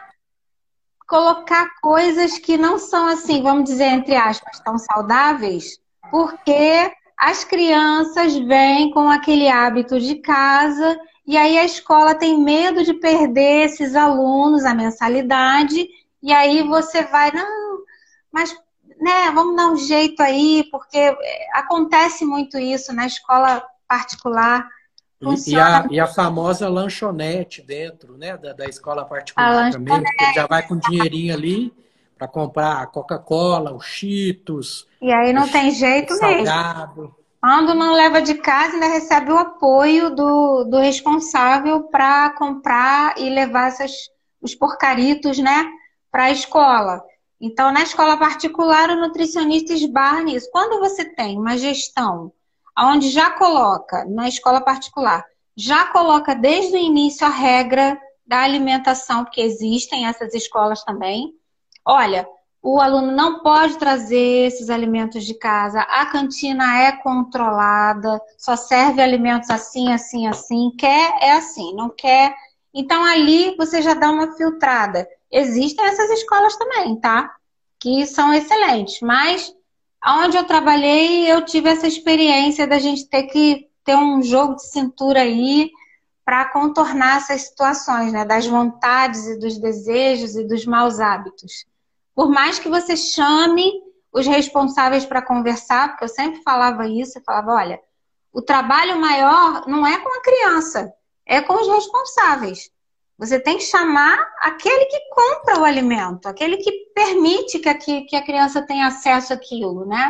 colocar coisas que não são assim, vamos dizer, entre aspas, tão saudáveis, porque as crianças vêm com aquele hábito de casa e aí a escola tem medo de perder esses alunos, a mensalidade, e aí você vai, não, mas, né, vamos dar um jeito aí, porque acontece muito isso na escola particular, E, e funciona a, e a famosa lanchonete dentro, né, da, da escola a particular também, lanchonete, porque ele já vai com dinheirinho ali para comprar a Coca-Cola, os Cheetos, e aí não os, tem o jeito mesmo. salgado. Quando não leva de casa, ainda recebe o apoio do, do responsável para comprar e levar essas, os porcaritos, né, para a escola. Então, na escola particular, o nutricionista esbarra nisso. Quando você tem uma gestão onde já coloca, na escola particular, já coloca desde o início a regra da alimentação, porque existem essas escolas também. Olha, o aluno não pode trazer esses alimentos de casa, a cantina é controlada, só serve alimentos assim, assim, assim. Quer, é assim, não quer. Então ali você já dá uma filtrada. Existem essas escolas também, tá? Que são excelentes, mas onde eu trabalhei, eu tive essa experiência da gente ter que ter um jogo de cintura aí para contornar essas situações, né? Das vontades e dos desejos e dos maus hábitos. Por mais que você chame os responsáveis para conversar, porque eu sempre falava isso, eu falava, olha, o trabalho maior não é com a criança, é com os responsáveis. Você tem que chamar aquele que compra o alimento, aquele que permite que a, que a criança tenha acesso àquilo, né?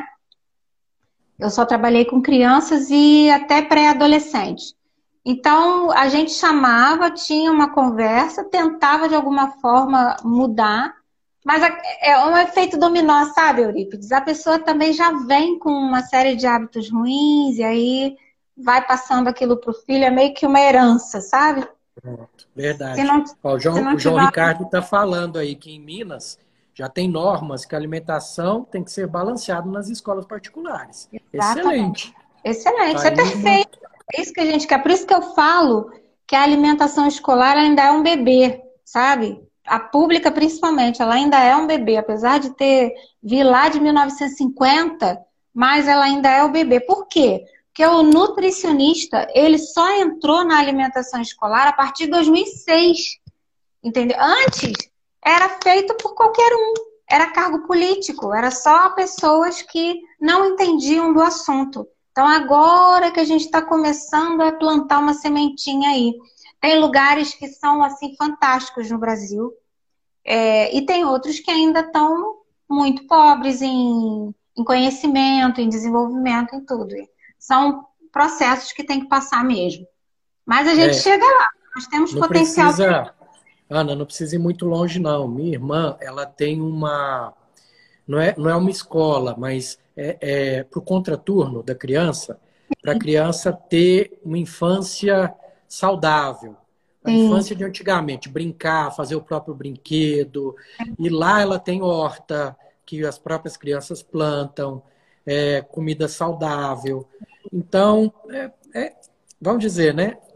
Eu só trabalhei com crianças e até pré-adolescentes. Então, a gente chamava, tinha uma conversa, tentava de alguma forma mudar, mas é um efeito dominó, sabe, Eurípides? A pessoa também já vem com uma série de hábitos ruins e aí vai passando aquilo para o filho, é meio que uma herança, sabe? Pronto, Se verdade. não, Ó, o se João, não o João tiver. Ricardo está falando aí que em Minas já tem normas que a alimentação tem que ser balanceada nas escolas particulares. Exatamente. Excelente. Excelente, Tá isso é aí uma. perfeito. É isso que a gente quer. Por isso que eu falo que a alimentação escolar ainda é um bebê, sabe? A pública, principalmente, ela ainda é um bebê, apesar de ter vir lá de mil novecentos e cinquenta, mas ela ainda é o bebê. Por quê? Porque o nutricionista, ele só entrou na alimentação escolar a partir de dois mil e seis, entendeu? Antes, era feito por qualquer um. Era cargo político, era só pessoas que não entendiam do assunto. Então, agora que a gente está começando a plantar uma sementinha aí. Tem lugares que são, assim, fantásticos no Brasil. É, e tem outros que ainda estão muito pobres em, em conhecimento, em desenvolvimento, em tudo. São processos que tem que passar mesmo. Mas a gente É, chega lá. Nós temos não potencial. precisa, Ana, não precisa ir muito longe, não. Minha irmã, ela tem uma. Não é, não é uma escola, mas é, é para o contraturno da criança, para a criança ter uma infância saudável. A Sim, infância de antigamente, brincar, fazer o próprio brinquedo. E lá ela tem horta, que as próprias crianças plantam, é, comida saudável. Então, é, é, vamos dizer, né?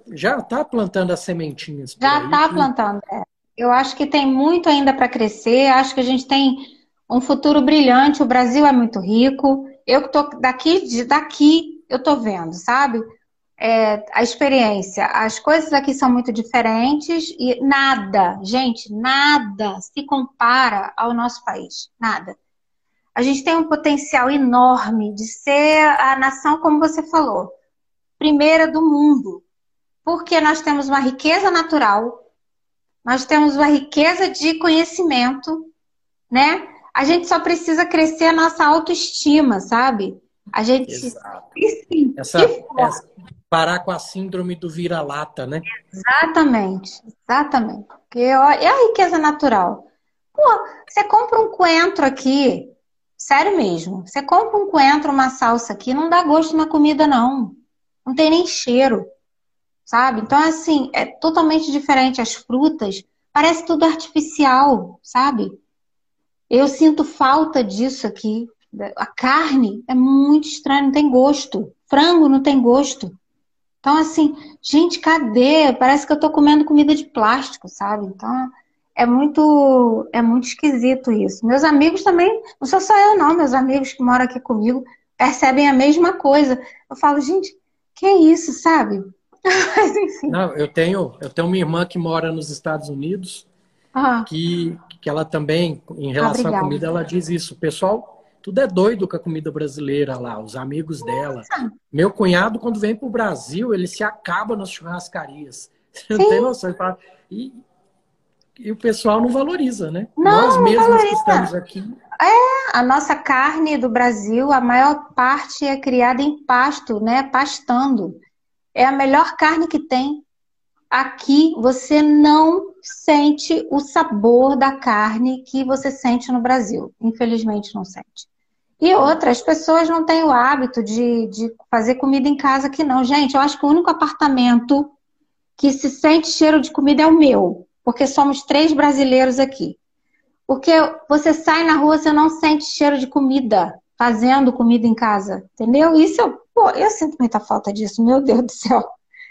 já está plantando as sementinhas por Já aí está que plantando. É. Eu acho que tem muito ainda para crescer. Acho que a gente tem um futuro brilhante. O Brasil é muito rico. Eu que tô daqui, de daqui, eu tô vendo, sabe? É, a experiência. As coisas aqui são muito diferentes e nada, gente, nada se compara ao nosso país. Nada. A gente tem um potencial enorme de ser a nação, como você falou, primeira do mundo. Porque nós temos uma riqueza natural, nós temos uma riqueza de conhecimento, né? A gente só precisa crescer a nossa autoestima, sabe? A gente se exato. sentir Essa, forte. essa parar com a síndrome do vira-lata, né? Exatamente, exatamente. Porque ó, é a riqueza natural. Pô, você compra um coentro aqui, sério mesmo. Você compra um coentro, uma salsa aqui, não dá gosto na comida, não. Não tem nem cheiro, sabe? Então, assim, é totalmente diferente. As frutas, parece tudo artificial, sabe? Eu sinto falta disso aqui. A carne é muito estranha, não tem gosto. Frango não tem gosto. Então, assim, gente, cadê? Parece que eu tô comendo comida de plástico, sabe? Então, é muito, é muito esquisito isso. Meus amigos também, não sou só eu, não, meus amigos que moram aqui comigo percebem a mesma coisa. Eu falo, gente, que é isso, sabe? Mas, enfim. Não, eu tenho, eu tenho uma irmã que mora nos Estados Unidos Ah, que, que ela também, em relação à obrigada. comida, ela diz isso. O pessoal, tudo é doido com a comida brasileira lá, os amigos dela. Meu cunhado, quando vem para o Brasil, ele se acaba nas churrascarias. Você não tem Sim, noção. Ele fala, e, e o pessoal não valoriza, né? Nós não, não mesmos que valoriza. estamos aqui, A nossa carne do Brasil, a maior parte é criada em pasto, né? Pastando. É a melhor carne que tem. Aqui você não sente o sabor da carne que você sente no Brasil. Infelizmente não sente. E outra, as pessoas não têm o hábito de, de fazer comida em casa aqui não. Gente, eu acho que o único apartamento que se sente cheiro de comida é o meu. Porque somos três brasileiros aqui. Porque você sai na rua, você não sente cheiro de comida, fazendo comida em casa, entendeu? Isso, eu, pô, eu sinto muita falta disso, meu Deus do céu.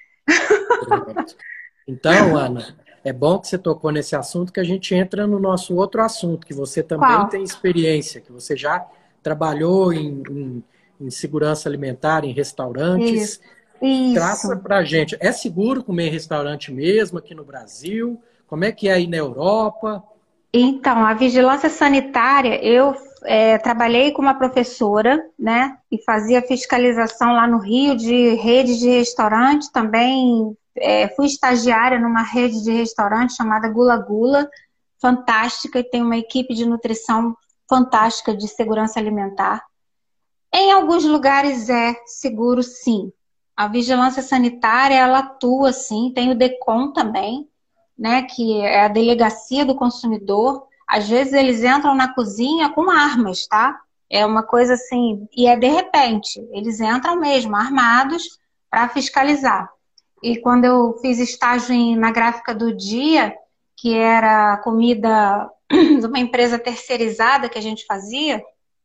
então, Ana, é bom que você tocou nesse assunto, que a gente entra no nosso outro assunto, que você também Qual? tem experiência, que você já trabalhou em, em, em segurança alimentar, em Isso. restaurantes. Traça Isso. para a gente. É seguro comer em restaurante mesmo aqui no Brasil? Como é que é aí na Europa? Então, a vigilância sanitária, eu é, trabalhei com uma professora, né, e fazia fiscalização lá no Rio de rede de restaurante, também é, fui estagiária numa rede de restaurante chamada Gula Gula, fantástica, e tem uma equipe de nutrição fantástica de segurança alimentar. Em alguns lugares é seguro, sim. A vigilância sanitária, ela atua, sim, tem o DECOM também, né, que é a Delegacia do Consumidor. Às vezes eles entram na cozinha com armas, tá? É uma coisa assim, e é de repente, eles entram mesmo armados para fiscalizar. E quando eu fiz estágio em- na Gráfica do Dia, que era comida de uma empresa terceirizada que a gente fazia,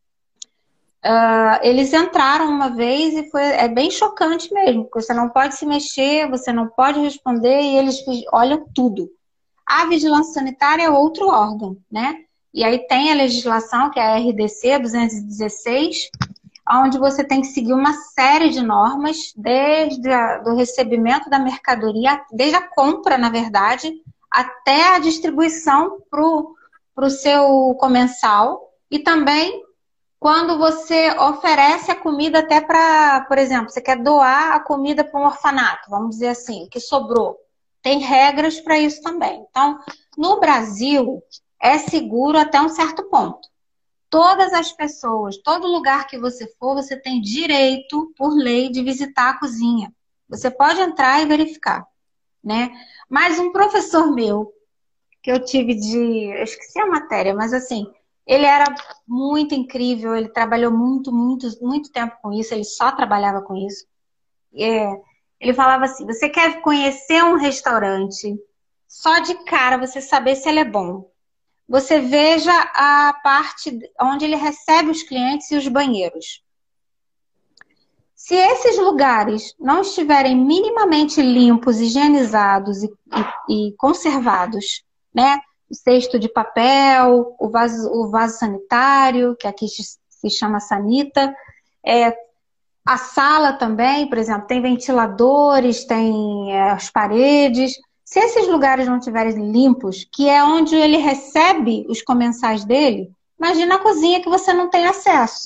eles entraram uma vez e foi é bem chocante mesmo, porque você não pode se mexer, você não pode responder e eles olham tudo. A vigilância sanitária é outro órgão, né? E aí tem a legislação, que é a R D C duzentos e dezesseis, onde você tem que seguir uma série de normas, desde o recebimento da mercadoria, desde a compra, na verdade, até a distribuição para o seu comensal, e também quando você oferece a comida até para, por exemplo, você quer doar a comida para um orfanato, vamos dizer assim, que sobrou. Tem regras para isso também. Então, no Brasil, é seguro até um certo ponto. Todas as pessoas, todo lugar que você for, você tem direito, por lei, de visitar a cozinha. Você pode entrar e verificar, né? Mas um professor meu, que eu tive de... Eu esqueci a matéria, mas assim, ele era muito incrível, ele trabalhou muito, muito, muito tempo com isso, ele só trabalhava com isso. É, ele falava assim, você quer conhecer um restaurante, só de cara você saber se ele é bom. Você veja a parte onde ele recebe os clientes e os banheiros. Se esses lugares não estiverem minimamente limpos, higienizados e, e, e conservados, né? O cesto de papel, o vaso, o vaso sanitário, que aqui se chama sanita, é, a sala também, por exemplo, tem ventiladores, tem é, as paredes. Se esses lugares não estiverem limpos, que é onde ele recebe os comensais dele, imagina a cozinha que você não tem acesso,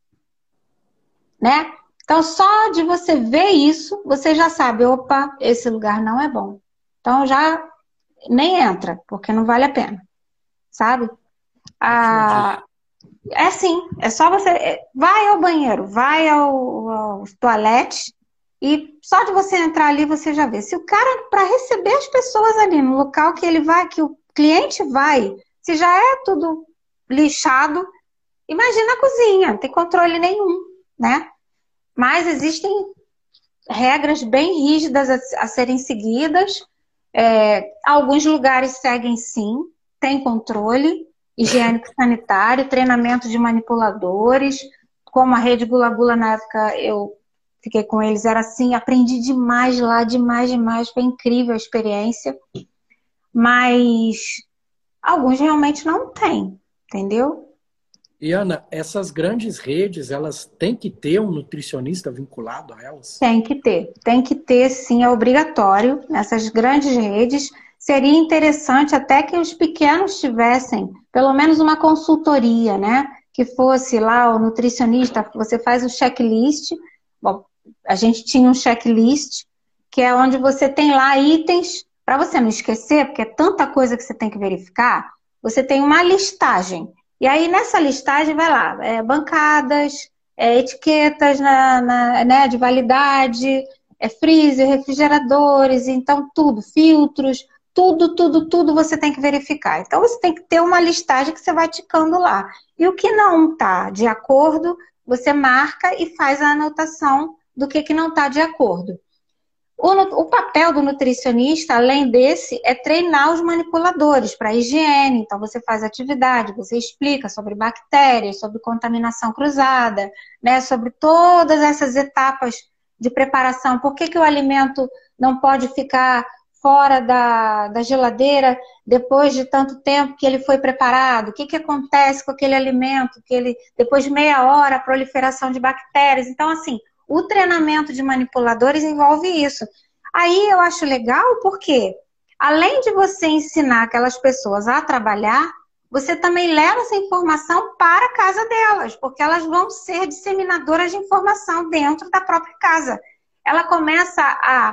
né? Então, só de você ver isso, você já sabe, opa, esse lugar não é bom. Então, já nem entra, porque não vale a pena, sabe? Ah, é assim, é só você... Vai ao banheiro, vai ao, ao toalete e só de você entrar ali, você já vê. Se o cara, para receber as pessoas ali no local que ele vai, que o cliente vai, se já é tudo lixado, imagina a cozinha, não tem controle nenhum, né? Mas existem regras bem rígidas a, a serem seguidas. É, alguns lugares seguem sim, tem controle higiênico sanitário, treinamento de manipuladores, como a Rede Gula Gula, na época eu fiquei com eles, era assim, aprendi demais lá, demais, demais, foi incrível a experiência. Mas alguns realmente não têm, entendeu? E Ana, essas grandes redes, elas têm que ter um nutricionista vinculado a elas? Tem que ter, tem que ter sim, é obrigatório. Nessas grandes redes, seria interessante até que os pequenos tivessem pelo menos uma consultoria, né? Que fosse lá o nutricionista, você faz o checklist. Bom, a gente tinha um checklist, que é onde você tem lá itens, para você não esquecer, porque é tanta coisa que você tem que verificar, você tem uma listagem. E aí, nessa listagem, vai lá, é, bancadas, é, etiquetas na, na, né, de validade, é, freezer, refrigeradores, então tudo, filtros, tudo, tudo, tudo você tem que verificar. Então, você tem que ter uma listagem que você vai ticando lá. E o que não está de acordo, você marca e faz a anotação do que, que não está de acordo. O, o papel do nutricionista, além desse, é treinar os manipuladores para higiene. Então, você faz atividade, você explica sobre bactérias, sobre contaminação cruzada, né, sobre todas essas etapas de preparação. Por que, que o alimento não pode ficar fora da, da geladeira depois de tanto tempo que ele foi preparado? O que, que acontece com aquele alimento? Que ele, depois de meia hora, a proliferação de bactérias. Então, assim, o treinamento de manipuladores envolve isso. Aí eu acho legal porque, além de você ensinar aquelas pessoas a trabalhar, você também leva essa informação para a casa delas, porque elas vão ser disseminadoras de informação dentro da própria casa. Ela começa a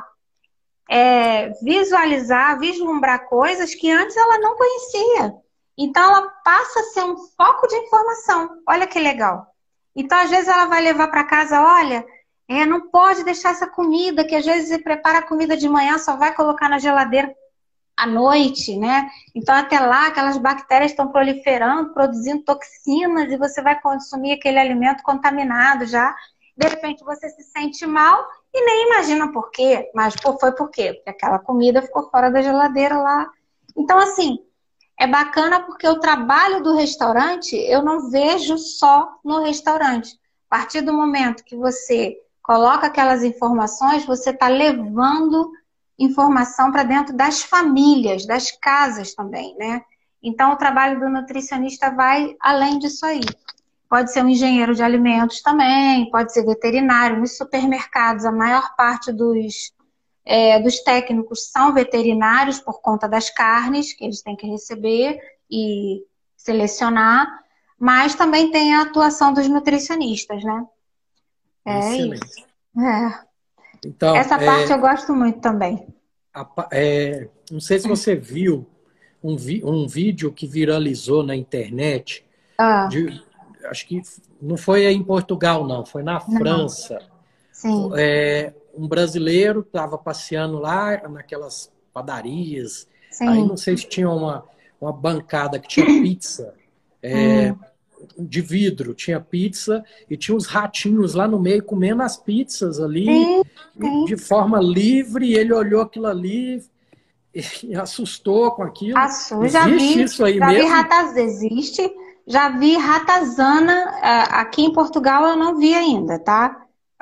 é, visualizar, vislumbrar coisas que antes ela não conhecia. Então, ela passa a ser um foco de informação. Olha que legal. Então, às vezes, ela vai levar para casa, olha... É, não pode deixar essa comida, que às vezes você prepara a comida de manhã, só vai colocar na geladeira à noite, né? Então até lá aquelas bactérias estão proliferando, produzindo toxinas e você vai consumir aquele alimento contaminado já. De repente você se sente mal e nem imagina por quê, mas pô, foi por quê? Porque aquela comida ficou fora da geladeira lá. Então assim, é bacana porque o trabalho do restaurante eu não vejo só no restaurante. A partir do momento que você coloca aquelas informações, você está levando informação para dentro das famílias, das casas também, né? Então, o trabalho do nutricionista vai além disso aí. Pode ser um engenheiro de alimentos também, pode ser veterinário. Nos supermercados, a maior parte dos, é, dos técnicos são veterinários por conta das carnes que eles têm que receber e selecionar, mas também tem a atuação dos nutricionistas, né? É Excelente. isso. É. Então, Essa parte é, eu gosto muito também. a, é, não sei se você viu um, vi, um vídeo que viralizou na internet, Ah, de, acho que não foi em Portugal, não, foi na não. França. Sim. É, um brasileiro estava passeando lá naquelas padarias, Sim. aí não sei se tinha uma, uma bancada que tinha pizza, é, Hum. de vidro, tinha pizza e tinha uns ratinhos lá no meio comendo as pizzas ali, Sim, sim. de forma livre, e ele olhou aquilo ali e assustou com aquilo. Assu, já Existe vi, isso aí já vi mesmo? rataz, existe, já vi ratazana, ah, aqui em Portugal eu não vi ainda, tá?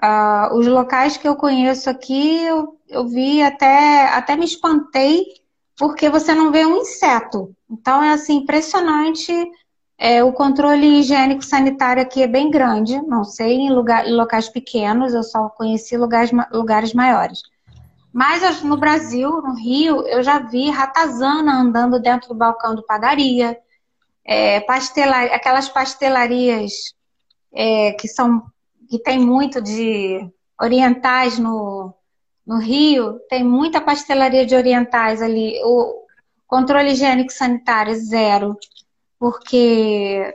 Uh, os locais que eu conheço aqui, eu, eu vi até, até me espantei, porque você não vê um inseto. Então, é assim, impressionante. É, o controle higiênico sanitário aqui é bem grande. Não sei em, lugar, em locais pequenos, eu só conheci lugares, lugares maiores. Mas no Brasil, no Rio, eu já vi ratazana andando dentro do balcão de padaria. É, pastelar, aquelas pastelarias é, que são que tem muito de orientais no, no Rio, tem muita pastelaria de orientais ali. O controle higiênico sanitário zero, porque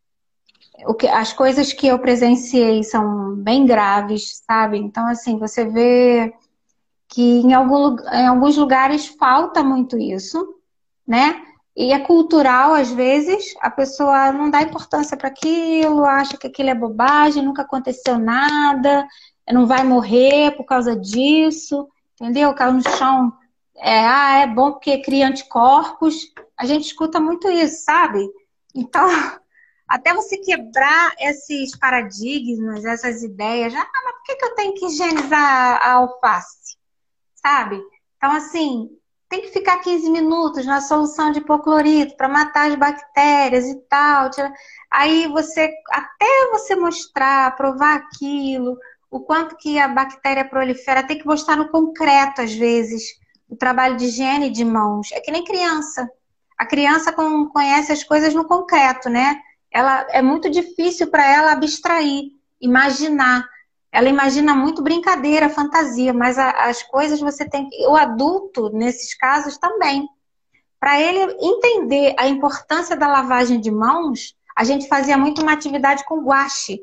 o que, as coisas que eu presenciei são bem graves, sabe? Então, assim, você vê que em, algum, em alguns lugares falta muito isso, né? E é cultural, às vezes, a pessoa não dá importância para aquilo, acha que aquilo é bobagem, nunca aconteceu nada, não vai morrer por causa disso, entendeu? Caiu no chão, é, ah, é bom porque cria anticorpos. A gente escuta muito isso, sabe? Então, até você quebrar esses paradigmas, essas ideias, ah, mas por que que eu tenho que higienizar a alface? Sabe? Então, assim, tem que ficar quinze minutos na solução de hipoclorito para matar as bactérias e tal. Aí você, até você mostrar, provar aquilo, o quanto que a bactéria prolifera, tem que mostrar no concreto, às vezes, o trabalho de higiene de mãos. É que nem criança. A criança conhece as coisas no concreto, né? Ela, é muito difícil para ela abstrair, imaginar. Ela imagina muito brincadeira, fantasia, mas a, as coisas você tem que... O adulto, nesses casos, também. Para ele entender a importância da lavagem de mãos, a gente fazia muito uma atividade com guache.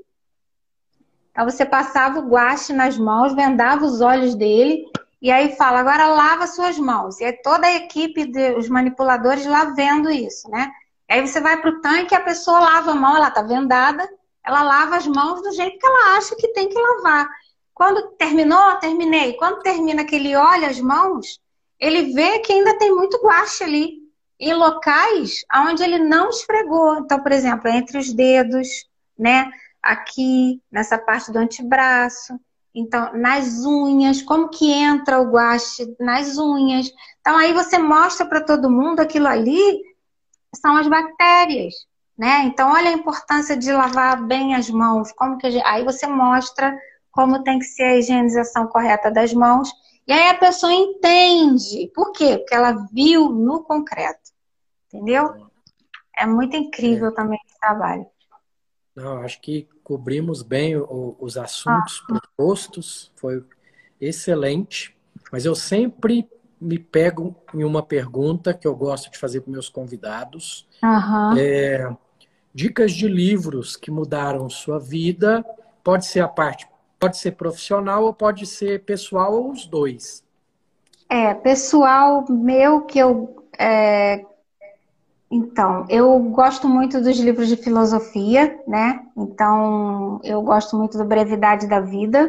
Então você passava o guache nas mãos, vendava os olhos dele, e aí fala, agora lava suas mãos. E aí toda a equipe, de, os manipuladores lá vendo isso, né? E aí você vai para o tanque e a pessoa lava a mão, ela está vendada, ela lava as mãos do jeito que ela acha que tem que lavar. Quando terminou, terminei. Quando termina que ele olha as mãos, ele vê que ainda tem muito guache ali. Em locais onde ele não esfregou. Então, por exemplo, entre os dedos, né? Aqui, nessa parte do antebraço. Então, nas unhas, como que entra o guache nas unhas. Então, aí você mostra para todo mundo aquilo ali são as bactérias. Né? Então, olha a importância de lavar bem as mãos. Como que a gente... Aí você mostra como tem que ser a higienização correta das mãos. E aí a pessoa entende. Por quê? Porque ela viu no concreto. Entendeu? É muito incrível é. também esse trabalho. Não, acho que cobrimos bem o, os assuntos ah. propostos. Foi excelente. Mas eu sempre me pego em uma pergunta que eu gosto de fazer para meus convidados. Uhum. É... Dicas de livros que mudaram sua vida, pode ser a parte, pode ser profissional ou pode ser pessoal ou os dois. É, pessoal meu que eu... É... Então, eu gosto muito dos livros de filosofia, né? Então, eu gosto muito da Brevidade da Vida.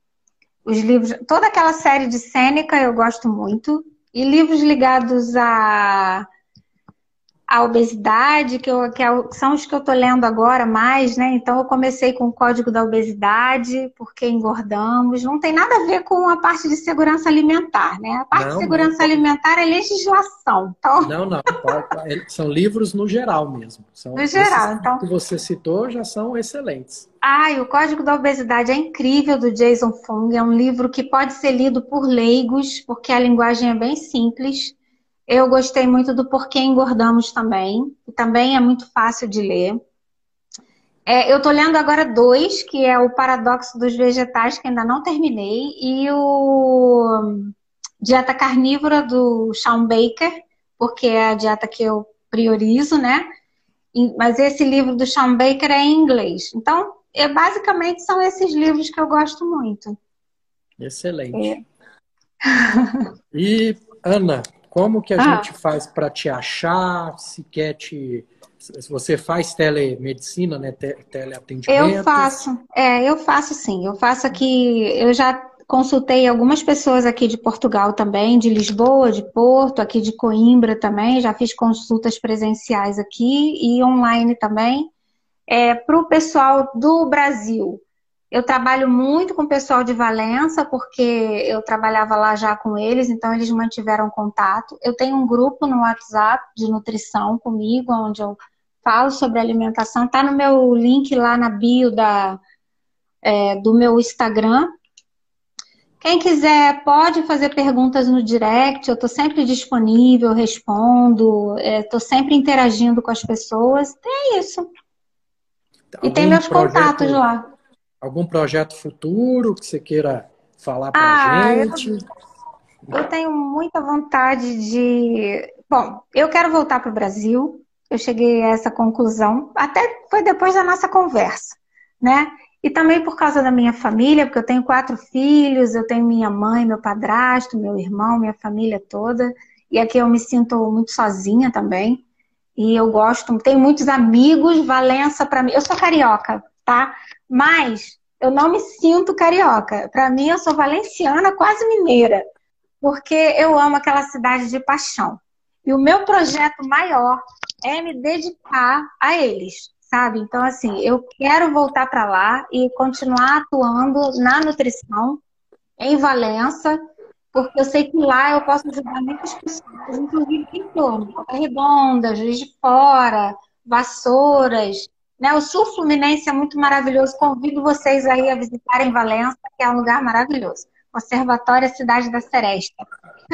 Os livros, toda aquela série de Sêneca eu gosto muito. E livros ligados a... a obesidade, que, eu, que são os que eu estou lendo agora mais, né? Então eu comecei com o Código da Obesidade, porque engordamos. Não tem nada a ver com a parte de segurança alimentar, né? A parte não, de segurança não, alimentar é legislação. Então... Não, não. São livros no geral mesmo. São no geral, então. que você citou já são excelentes. Ah, e o Código da Obesidade é incrível, do Jason Fung. É um livro que pode ser lido por leigos, porque a linguagem é bem simples. Eu gostei muito do Porquê Engordamos também, que também é muito fácil de ler. É, eu estou lendo agora dois, que é o Paradoxo dos Vegetais, que ainda não terminei, e o Dieta Carnívora, do Shawn Baker, porque é a dieta que eu priorizo, né? Mas esse livro do Shawn Baker é em inglês. Então, é, basicamente, são esses livros que eu gosto muito. Excelente. É. E, Ana, como que a ah. gente faz para te achar? Se quer te... Se você faz telemedicina, né? Teleatendimento? Eu faço. É, eu faço sim. Eu faço aqui... Eu já consultei algumas pessoas aqui de Portugal também, de Lisboa, de Porto, aqui de Coimbra também. Já fiz consultas presenciais aqui e online também. É, para o pessoal do Brasil, Eu trabalho muito com o pessoal de Valença, porque eu trabalhava lá já com eles, então eles mantiveram contato. Eu tenho um grupo no WhatsApp de nutrição comigo, onde eu falo sobre alimentação. Tá no meu link lá na bio da, é, do meu Instagram. Quem quiser pode fazer perguntas no direct, eu estou sempre disponível, respondo, estou sempre interagindo com as pessoas. É isso. E tem Algum meus contatos projeto, lá. algum projeto futuro que você queira falar para a Ah, eu, gente? eu tenho muita vontade de. Bom, eu quero voltar para o Brasil. Eu cheguei a essa conclusão, até foi depois da nossa conversa, né? E também por causa da minha família, porque eu tenho quatro filhos, eu tenho minha mãe, meu padrasto, meu irmão, minha família toda. E aqui eu me sinto muito sozinha também. E eu gosto, tenho muitos amigos, Valença para mim. Eu sou carioca, tá? Mas eu não me sinto carioca. Para mim, eu sou valenciana, quase mineira, porque eu amo aquela cidade de paixão. E o meu projeto maior é me dedicar a eles, sabe? Então, assim, eu quero voltar para lá e continuar atuando na nutrição em Valença, porque eu sei que lá eu posso ajudar muitas pessoas, inclusive em torno, Volta Redonda, Juiz de Fora, Vassouras, né? O sul fluminense é muito maravilhoso. Convido vocês aí a visitarem Valença, que é um lugar maravilhoso. Conservatório Cidade da Seresta.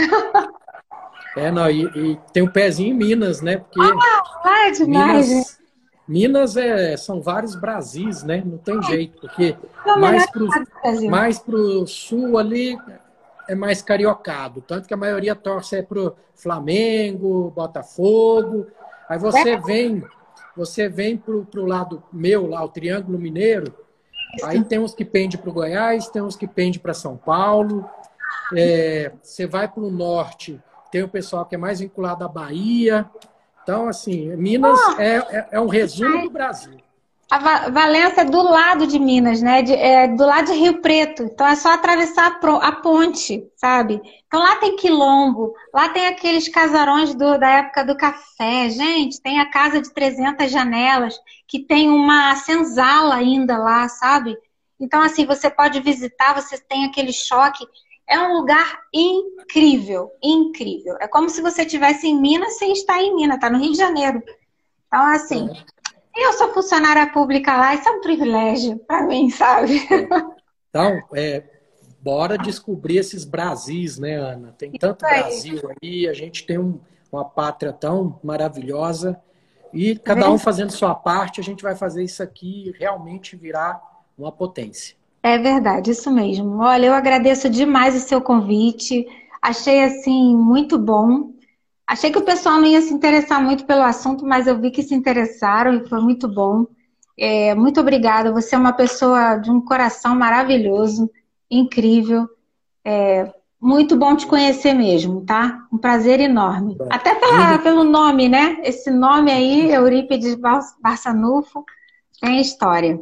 É, não, e, e tem um pezinho em Minas, né? Porque Ah, é demais, gente. Minas, Minas é, são vários Brasis, né? Não tem jeito, porque É o melhor mais pro, estado do Brasil. mais pro sul ali é mais cariocado, tanto que a maioria torce é pro Flamengo, Botafogo. Aí você vem, você vem pro, pro lado meu, lá, o Triângulo Mineiro, aí tem uns que pende pro Goiás, tem uns que pende para São Paulo. É, você vai para o norte, tem o pessoal que é mais vinculado à Bahia. Então, assim, Minas é, é, é um resumo do Brasil. A Va- Valença é do lado de Minas, né? De- é do lado de Rio Preto. Então é só atravessar a, pro- a ponte, sabe? Então lá tem quilombo, lá tem aqueles casarões do- da época do café. Gente, tem a casa de trezentas janelas, que tem uma senzala ainda lá, sabe? Então, assim, você pode visitar, você tem aquele choque. É um lugar incrível, incrível. É como se você estivesse em Minas sem estar em Minas, tá no Rio de Janeiro. Então, assim. Eu sou funcionária pública lá, isso é um privilégio para mim, sabe? Então, é, bora descobrir esses Brasis, né, Ana? Tem tanto Isso aí. Brasil aí, a gente tem um, uma pátria tão maravilhosa e É cada um verdade. fazendo sua parte, a gente vai fazer isso aqui realmente virar uma potência. É verdade, isso mesmo. Olha, eu agradeço demais o seu convite. Achei assim muito bom. Achei que o pessoal não ia se interessar muito pelo assunto, mas eu vi que se interessaram e foi muito bom. É, muito obrigada. Você é uma pessoa de um coração maravilhoso, incrível. Muito bom te conhecer mesmo, tá? Um prazer enorme. Até pela, Digo, pelo nome, né? Esse nome aí, Eurípides Bar- Barçanufo, tem história.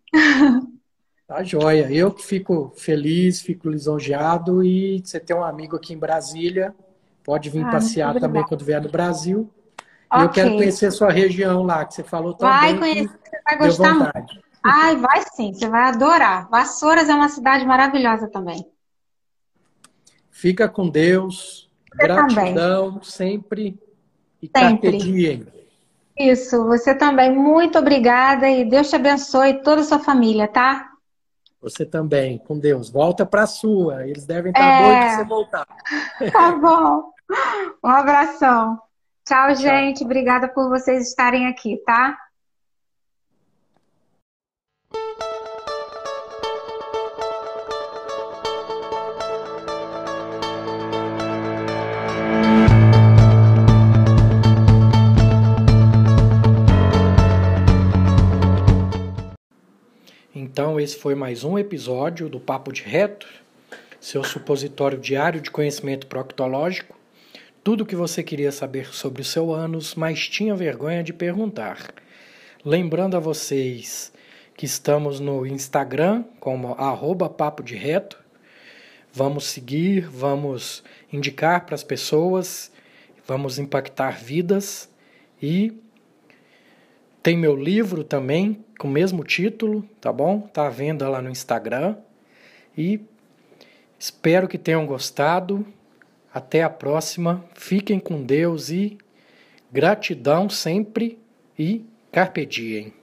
tá joia. Eu que fico feliz, fico lisonjeado e você tem um amigo aqui em Brasília, pode vir Ah, muito passear também obrigada. quando vier no Brasil. E eu quero Ok. conhecer a sua região lá, que você falou tão Vai bem conhecer, que você vai deu gostar muito. vontade. Ai, vai sim, você vai adorar. Vassouras é uma cidade maravilhosa também. Fica com Deus, Você também, gratidão sempre e carpe sempre. diem. Isso, você também. Muito obrigada e Deus te abençoe toda a sua família, tá? Você também, com Deus. Volta para a sua. Eles devem estar doidos de você É, voltar. tá bom. Um abração. Tchau, Tchau. gente. Obrigada por vocês estarem aqui, tá? Então, esse foi mais um episódio do Papo de Reto, seu supositório diário de conhecimento proctológico. Tudo o que você queria saber sobre o seu ânus, mas tinha vergonha de perguntar. Lembrando a vocês que estamos no Instagram como arroba Papo de Reto. Vamos seguir, vamos indicar para as pessoas, vamos impactar vidas e Tem meu livro também, com o mesmo título, tá bom? Tá à venda lá no Instagram. E espero que tenham gostado. Até a próxima. Fiquem com Deus e gratidão sempre e carpe diem.